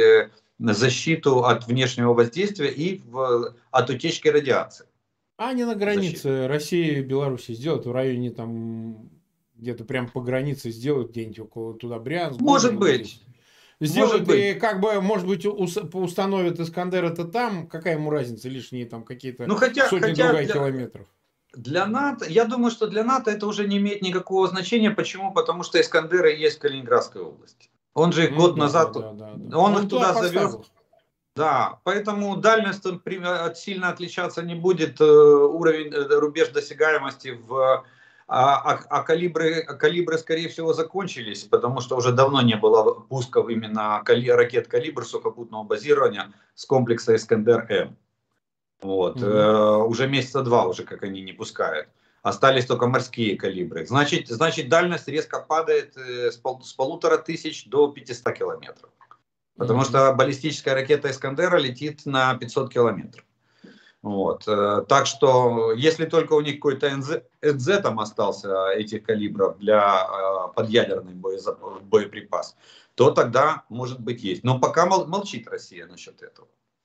защиту от внешнего воздействия и в, от утечки радиации. А они на границе Защита. России и Беларуси сделают, в районе там, где-то прям по границе сделают, где-нибудь около туда Брянск. Может быть. Сделают и как бы, может быть, установят Искандер это там, какая ему разница, лишние там какие-то ну, хотя, сотни хотя другая для, километров. Для НАТО, я думаю, что для НАТО это уже не имеет никакого значения. Почему? Потому что Искандеры есть в Калининградской области. Он же их ну, год да, назад, да, да, да. он, он их туда завез. Поставил. Да, поэтому дальность он сильно отличаться не будет. Уровень, рубеж досягаемости в... А, а, а калибры, калибры, скорее всего, закончились, потому что уже давно не было пусков именно кали, ракет «Калибр» сухопутного базирования с комплекса «Искандер-М». Вот. Mm-hmm. э, уже месяца два уже как они не пускают. Остались только морские калибры. Значит, значит дальность резко падает с, пол, с полутора тысяч до пятисот километров. Потому mm-hmm. что баллистическая ракета «Искандера» летит на пятьсот километров. Вот. Так что, если только у них какой-то эн зет там остался этих калибров для подъядерный боеприпас, то тогда, может быть, есть. Но пока молчит Россия насчет этого.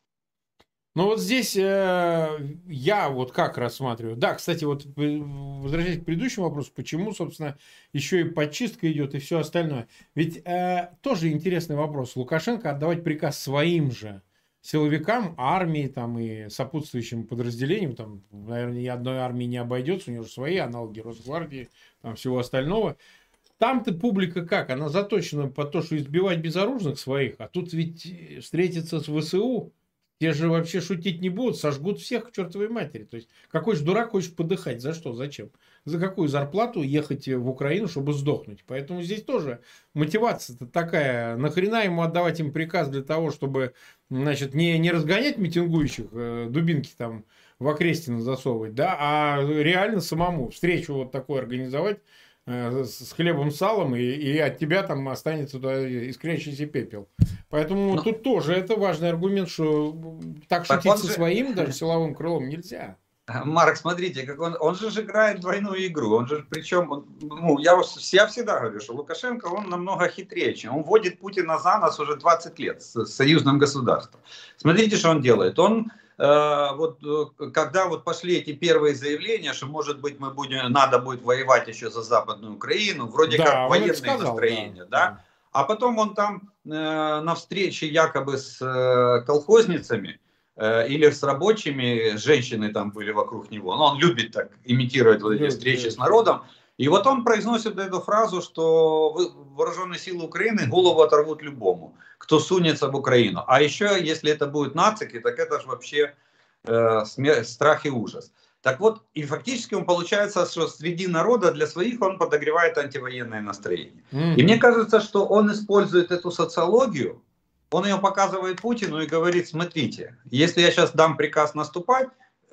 Ну вот здесь э, я вот как рассматриваю. Да, кстати, вот возвращаясь к предыдущему вопросу, почему, собственно, еще и подчистка идет и все остальное. Ведь э, тоже интересный вопрос. Лукашенко отдавать приказ своим же силовикам, армии там, и сопутствующим подразделениям, там, наверное, ни одной армии не обойдется, у него же свои аналоги Росгвардии, там, всего остального. Там-то публика как? Она заточена по то, что избивать безоружных своих, а тут ведь встретиться с вэ эс у, те же вообще шутить не будут, сожгут всех к чертовой матери. То есть, какой же дурак хочет подыхать? За что? Зачем? За какую зарплату ехать в Украину, чтобы сдохнуть? Поэтому здесь тоже мотивация-то такая. Нахрена ему отдавать им приказ для того, чтобы, значит, не, не разгонять митингующих, э, дубинки там в окрестину засовывать, да, а реально самому встречу вот такую организовать э, с хлебом, салом, и, и от тебя там останется искрящийся пепел. Поэтому Но... тут тоже это важный аргумент, что так, так шутить со же... своим даже силовым крылом нельзя. Марк, смотрите, как он, он же играет двойную игру. Он же, причем, он, ну, я, я всегда говорю, что Лукашенко, он намного хитрее, чем он вводит Путина за нос уже двадцать лет с, с союзным государством. Смотрите, что он делает. Он, э, вот, когда вот пошли эти первые заявления, что, может быть, мы будем, надо будет воевать еще за Западную Украину, вроде да, как военные сказал, настроения, да. да. А потом он там э, на встрече якобы с э, колхозницами или с рабочими, женщины там были вокруг него, но он любит так имитировать вот эти встречи с народом, и вот он произносит эту фразу, что вооруженные силы Украины голову оторвут любому, кто сунется в Украину. А еще, если это будут нацики, так это же вообще э, смерть, страх и ужас. Так вот, и фактически он получается, что среди народа для своих он подогревает антивоенное настроение. Mm-hmm. И мне кажется, что он использует эту социологию, он ее показывает Путину и говорит: смотрите, если я сейчас дам приказ наступать,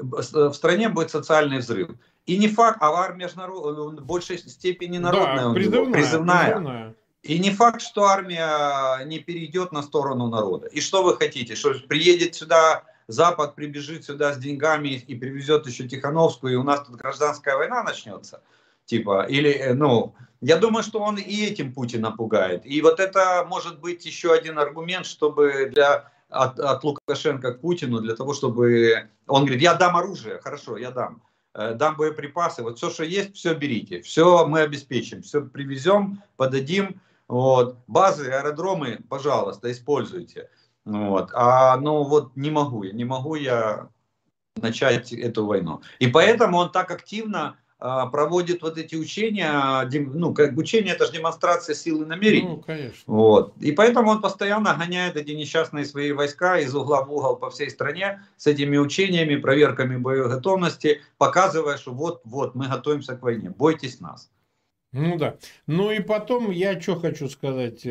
в стране будет социальный взрыв. И не факт, а армия же народ, в большей степени народная, да, призывная, призывная. призывная. И не факт, что армия не перейдет на сторону народа. И что вы хотите? Что приедет сюда Запад, прибежит сюда с деньгами и привезет еще Тихановскую, и у нас тут гражданская война начнется? типа, или, ну, я думаю, что он и этим Путина пугает. И вот это может быть еще один аргумент, чтобы для, от, от Лукашенко к Путину, для того, чтобы он говорит, я дам оружие, хорошо, я дам, дам боеприпасы, вот все, что есть, все берите, все мы обеспечим, все привезем, подадим, вот, базы, аэродромы, пожалуйста, используйте. Вот. А ну вот не могу я, не могу я начать эту войну. И поэтому он так активно а, проводит вот эти учения. Дем, ну, как учения, это же демонстрация силы намерений. Ну, конечно. Вот. И поэтому он постоянно гоняет эти несчастные свои войска из угла в угол по всей стране с этими учениями, проверками боеготовности, показывая, что вот-вот мы готовимся к войне, бойтесь нас. Ну да. Ну и потом я что хочу сказать.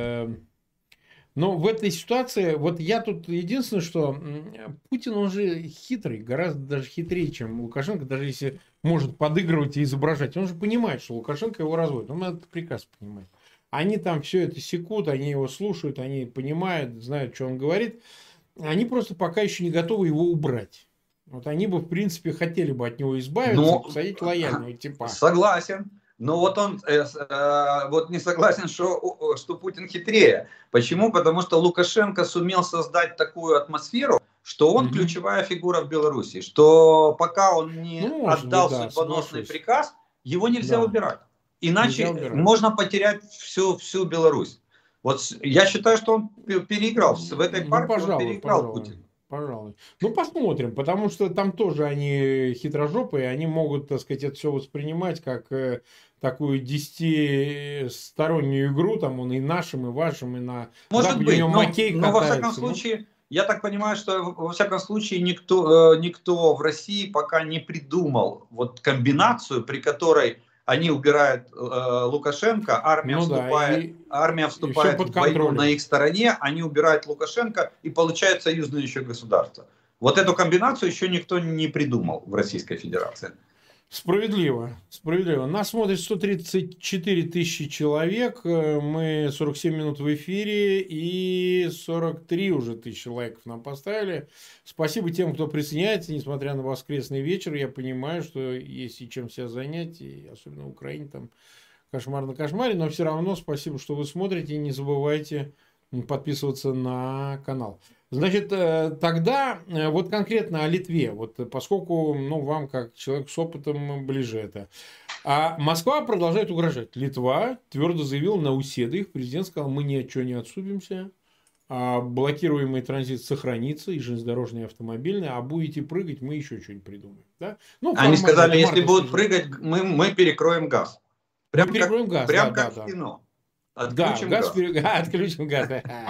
Но в этой ситуации, вот я тут единственное, что Путин, он же хитрый, гораздо даже хитрее, чем Лукашенко, даже если может подыгрывать и изображать. Он же понимает, что Лукашенко его разводит. Он это прекрасно понимает. Они там все это секут, они его слушают, они понимают, знают, что он говорит. Они просто пока еще не готовы его убрать. Вот они бы, в принципе, хотели бы от него избавиться, но... посадить лояльного типа. Согласен. Но вот он э, э, вот не согласен, что, что Путин хитрее. Почему? Потому что Лукашенко сумел создать такую атмосферу, что он угу. ключевая фигура в Беларуси. Что пока он не ну, отдал быть, да, судьбоносный соглашусь. приказ, его нельзя да. убирать. Иначе нельзя убирать. Можно потерять всю, всю Беларусь. Вот я считаю, что он переиграл. В этой партии ну, пожалуй, он переиграл пожалуй. Путина. Пожалуй. Ну, посмотрим, потому что там тоже они хитрожопые, они могут, так сказать, это все воспринимать как э, такую десятистороннюю игру, там он и нашим, и вашим, и на Может быть, но, но во всяком случае, ну... я так понимаю, что во всяком случае никто, э, никто в России пока не придумал вот комбинацию, при которой они убирают э, Лукашенко, армия ну вступает, да, и, армия вступает в войну на их стороне, они убирают Лукашенко и получают союзное еще государство. Вот эту комбинацию еще никто не придумал в Российской Федерации. Справедливо, справедливо. Нас смотрит сто тридцать четыре тысячи человек, мы сорок семь минут в эфире и сорок три уже тысячи лайков нам поставили. Спасибо тем, кто присоединяется, несмотря на воскресный вечер. Я понимаю, что есть и чем себя занять, и особенно в Украине там кошмар на кошмаре, но все равно спасибо, что вы смотрите, и не забывайте подписываться на канал. Значит, тогда вот конкретно о Литве, вот поскольку ну, вам, как человек с опытом, ближе это. А Москва продолжает угрожать. Литва твердо заявила на Науседа, их президент сказал, мы ни от чего не отступимся, а блокируемый транзит сохранится, и железнодорожный, и автомобильный, а будете прыгать, мы еще что-нибудь придумаем. Да? Ну, они сказали, если будут прыгать, мы, мы перекроем газ. Прям мы перекроем как, газ, прям да, как да, в кино. Отключим да, газ. газ. Пере... Отключим газ.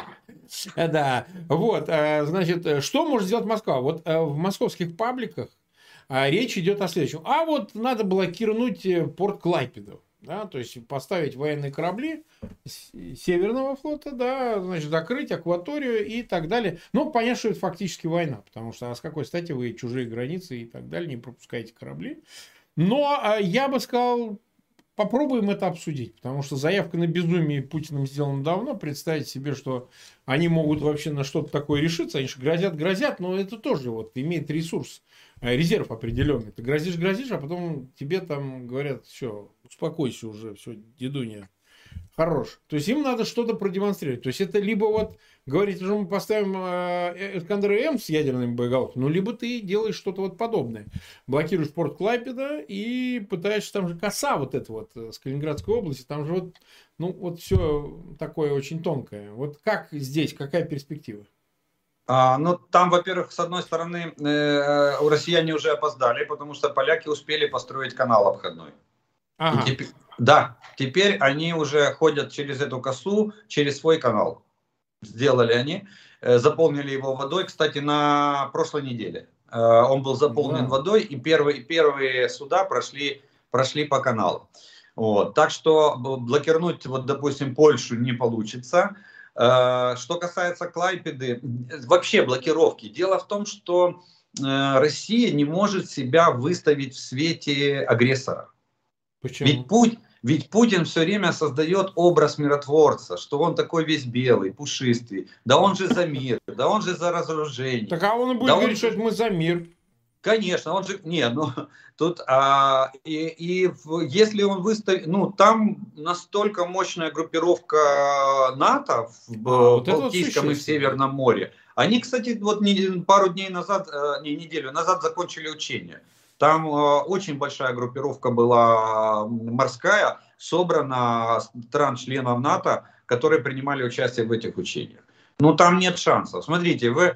Да. Вот, значит, что может сделать Москва? Вот в московских пабликах речь идет о следующем. А вот надо блокировать порт Клайпеда. Да, то есть поставить военные корабли Северного флота, да, значит, закрыть акваторию и так далее. Ну, понятно, что это фактически война, потому что а с какой стати вы чужие границы и так далее не пропускаете корабли. Но я бы сказал, попробуем это обсудить, потому что заявка на безумие Путиным сделана давно. Представить себе, что они могут вообще на что-то такое решиться, они же грозят, грозят, но это тоже вот имеет ресурс, резерв определенный. Ты грозишь, грозишь, а потом тебе там говорят, все, успокойся уже, все, дедуня, хорош. То есть им надо что-то продемонстрировать. То есть это либо вот говорить, что мы поставим Эскандер-М с ядерными боеголовками, ну либо ты делаешь что-то вот подобное. Блокируешь порт Клайпеда и пытаешься, там же коса вот эта вот с Калининградской области, там же вот, ну вот все такое очень тонкое. Вот как здесь, какая перспектива? А, ну, там, во-первых, с одной стороны, э, у россияне уже опоздали, потому что поляки успели построить канал обходной. Ага. И теперь, да, теперь они уже ходят через эту косу, через свой канал. Сделали они, э, заполнили его водой, кстати, на прошлой неделе. Э, он был заполнен да. водой, и первые, первые суда прошли, прошли по каналу. Вот. Так что блокировать, вот, допустим, Польшу не получится. Что касается Клайпеды, вообще блокировки. Дело в том, что Россия не может себя выставить в свете агрессора. Почему? Ведь, Путь, ведь Путин все время создает образ миротворца, что он такой весь белый, пушистый. Да он же за мир, да он же за разоружение. Так а он и будет да говорить, он... что мы за мир. Конечно, он же, не, ну, тут, а, и, и в, если он выставит, ну, там настолько мощная группировка НАТО в, А, в вот это вот Балтийском и в существенно. Северном море. Они, кстати, вот не, пару дней назад, э, не, неделю назад закончили учения. Там э, очень большая группировка была морская, собрана стран-членов НАТО, которые принимали участие в этих учениях. Ну, там нет шансов. Смотрите, вы...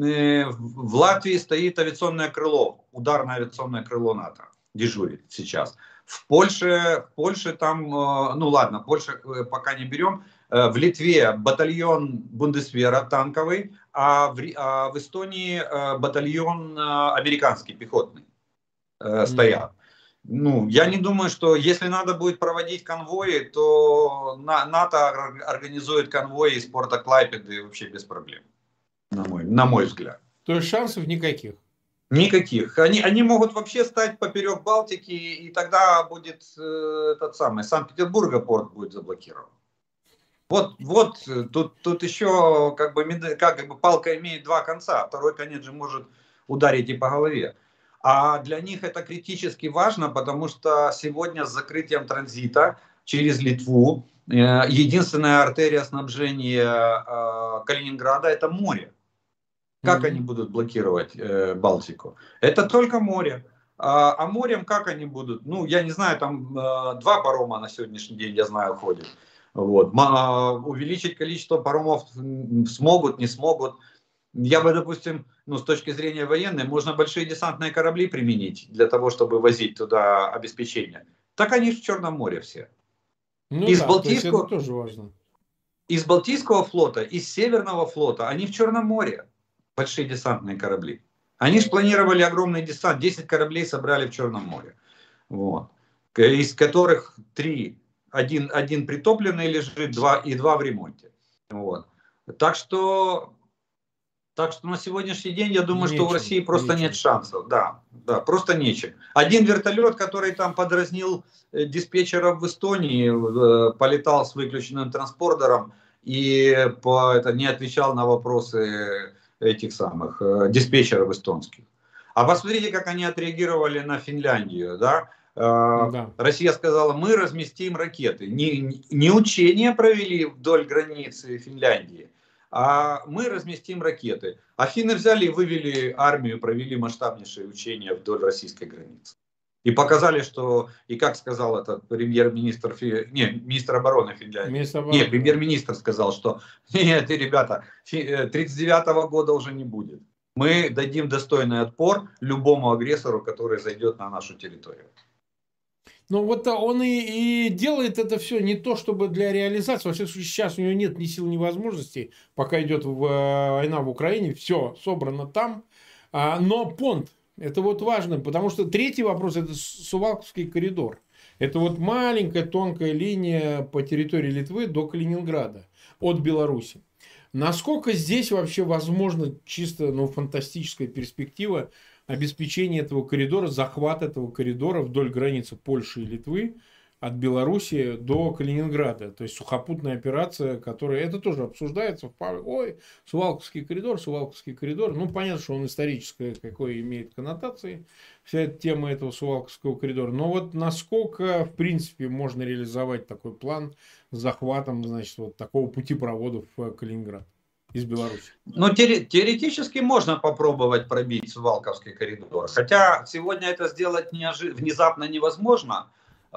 В Латвии стоит авиационное крыло, ударное авиационное крыло НАТО, дежурит сейчас. В Польше, в Польше там, ну ладно, Польшу пока не берем. В Литве батальон Бундесвера танковый, а в, а в Эстонии батальон американский пехотный стоят. Ну, я не думаю, что если надо будет проводить конвои, то НАТО организует конвои из порта Клайпеды вообще без проблем. На мой, на мой взгляд. То есть шансов никаких? Никаких. Они, они могут вообще стать поперек Балтики, и тогда будет э, этот самый Санкт-Петербурга порт будет заблокирован. Вот, вот тут, тут еще как бы, как бы палка имеет два конца. Второй конец же может ударить и по голове. А для них это критически важно, потому что сегодня с закрытием транзита через Литву э, единственная артерия снабжения э, Калининграда это море. Как mm-hmm. они будут блокировать э, Балтику? Это только море. А, а морем как они будут? Ну, я не знаю, там э, два парома на сегодняшний день, я знаю, ходят. Вот. Ма, увеличить количество паромов смогут, не смогут. Я бы, допустим, ну, с точки зрения военной, можно большие десантные корабли применить для того, чтобы возить туда обеспечение. Так они в Черном море все. Ну из да, Балтийского, то есть это тоже важно. Из Балтийского флота, из Северного флота, они в Черном море. Большие десантные корабли. Они же планировали огромный десант. десять кораблей собрали в Черном море. Вот. Из которых три. Один, один притопленный лежит, два, и два в ремонте. Вот. Так что, так что на сегодняшний день я думаю, нечем, что у России просто нечем. Нет шансов. Да, да, просто нечем. Один вертолет, который там подразнил диспетчеров в Эстонии, полетал с выключенным транспортером и по, это, не отвечал на вопросы этих самых э, диспетчеров эстонских. А посмотрите, как они отреагировали на Финляндию. Да? Э, да. Россия сказала, мы разместим ракеты. Не, не учения провели вдоль границы Финляндии, а мы разместим ракеты. А финны взяли и вывели армию, провели масштабнейшие учения вдоль российской границы. И показали, что, и как сказал этот премьер-министр, не, министр обороны Финляндии, обороны. Нет, премьер-министр сказал, что нет, ребята, тридцать девятого года уже не будет. Мы дадим достойный отпор любому агрессору, который зайдет на нашу территорию. Ну вот он и, и делает это все не то, чтобы для реализации. Во всяком случае, сейчас у него нет ни сил, ни возможностей, пока идет в, война в Украине, все собрано там. А, но понт. Это вот важно, потому что третий вопрос – это Сувалковский коридор. Это вот маленькая тонкая линия по территории Литвы до Калининграда от Беларуси. Насколько здесь вообще возможно чисто ну, фантастическая перспектива обеспечения этого коридора, захват этого коридора вдоль границы Польши и Литвы от Беларуси до Калининграда. То есть сухопутная операция, которая... Это тоже обсуждается. Ой, Сувалковский коридор, Сувалковский коридор. Ну, понятно, что он историческое какое имеет коннотации. Вся эта тема этого Сувалковского коридора. Но вот насколько, в принципе, можно реализовать такой план с захватом, значит, вот такого путепровода в Калининград из Беларуси? Ну, теоретически можно попробовать пробить Сувалковский коридор. Хотя сегодня это сделать неожи... внезапно невозможно.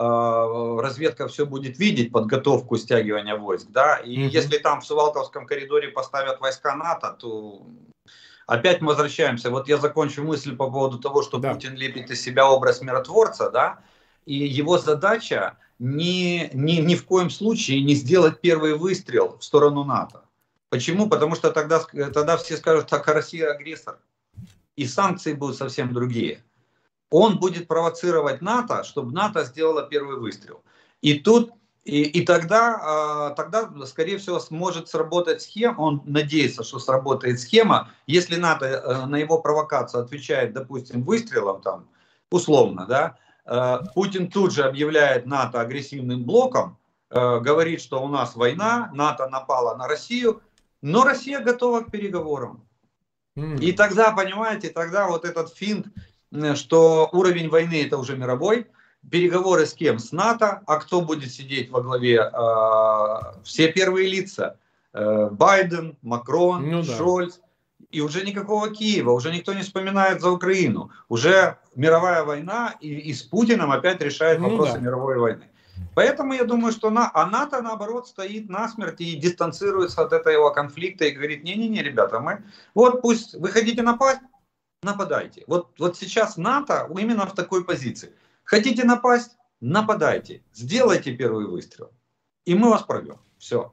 Разведка все будет видеть, подготовку стягивания войск, да, и mm-hmm. если там в Сувалковском коридоре поставят войска НАТО, то опять мы возвращаемся, вот я закончу мысль по поводу того, что да. Путин лепит из себя образ миротворца, да, и его задача ни, ни, ни в коем случае не сделать первый выстрел в сторону НАТО. Почему? Потому что тогда, тогда все скажут, так, Россия агрессор, и санкции будут совсем другие. Он будет провоцировать НАТО, чтобы НАТО сделало первый выстрел. И тут, и, и тогда, тогда, скорее всего, сможет сработать схема, он надеется, что сработает схема, если НАТО на его провокацию отвечает, допустим, выстрелом, там, условно, да, Путин тут же объявляет НАТО агрессивным блоком, говорит, что у нас война, НАТО напала на Россию, но Россия готова к переговорам. Mm. И тогда, понимаете, тогда вот этот финт, что уровень войны это уже мировой. Переговоры с кем? С НАТО. А кто будет сидеть во главе? Э, все первые лица. Э, Байден, Макрон, Ну да. Шольц. И уже никакого Киева, уже никто не вспоминает за Украину. Уже мировая война, и, и с Путиным опять решает Ну вопросы да. мировой войны. Поэтому я думаю, что на, а НАТО, наоборот, стоит насмерть и дистанцируется от этого конфликта и говорит, не-не-не, ребята, мы, вот пусть вы хотите напасть, нападайте. Вот, вот сейчас НАТО именно в такой позиции. Хотите напасть, нападайте, сделайте первый выстрел, и мы вас прорвем. Все.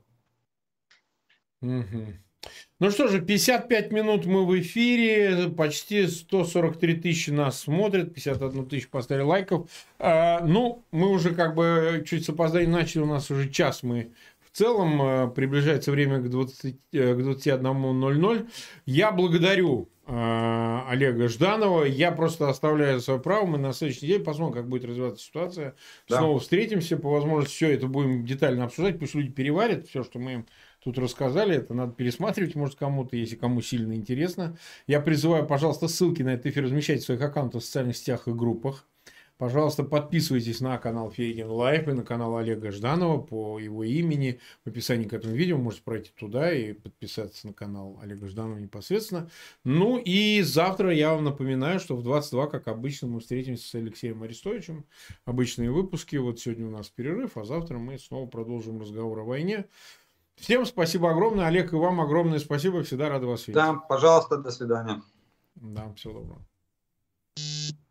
Угу. Ну что же, пятьдесят пять минут мы в эфире, почти сто сорок три тысячи нас смотрят, пятьдесят одна тысяча поставили лайков. А, ну, мы уже как бы чуть с опозданием начали, у нас уже час мы в целом, а, приближается время к двадцати, к двадцати одному ноль ноль. Я благодарю а, Олега Жданова, я просто оставляю свое право, мы на следующей неделе посмотрим, как будет развиваться ситуация. Да. Снова встретимся, по возможности все это будем детально обсуждать, пусть люди переварят все, что мы им тут рассказали, это надо пересматривать, может, кому-то, если кому сильно интересно. Я призываю, пожалуйста, ссылки на этот эфир размещать в своих аккаунтах в социальных сетях и группах. Пожалуйста, подписывайтесь на канал Фейгин Лайф и на канал Олега Жданова по его имени. В описании к этому видео можете пройти туда и подписаться на канал Олега Жданова непосредственно. Ну и завтра я вам напоминаю, что в двадцать два, как обычно, мы встретимся с Алексеем Арестовичем. Обычные выпуски. Вот сегодня у нас перерыв, а завтра мы снова продолжим разговор о войне. Всем спасибо огромное. Олег, и вам огромное спасибо. Всегда рад вас видеть. Да, пожалуйста, до свидания. Да, всего доброго.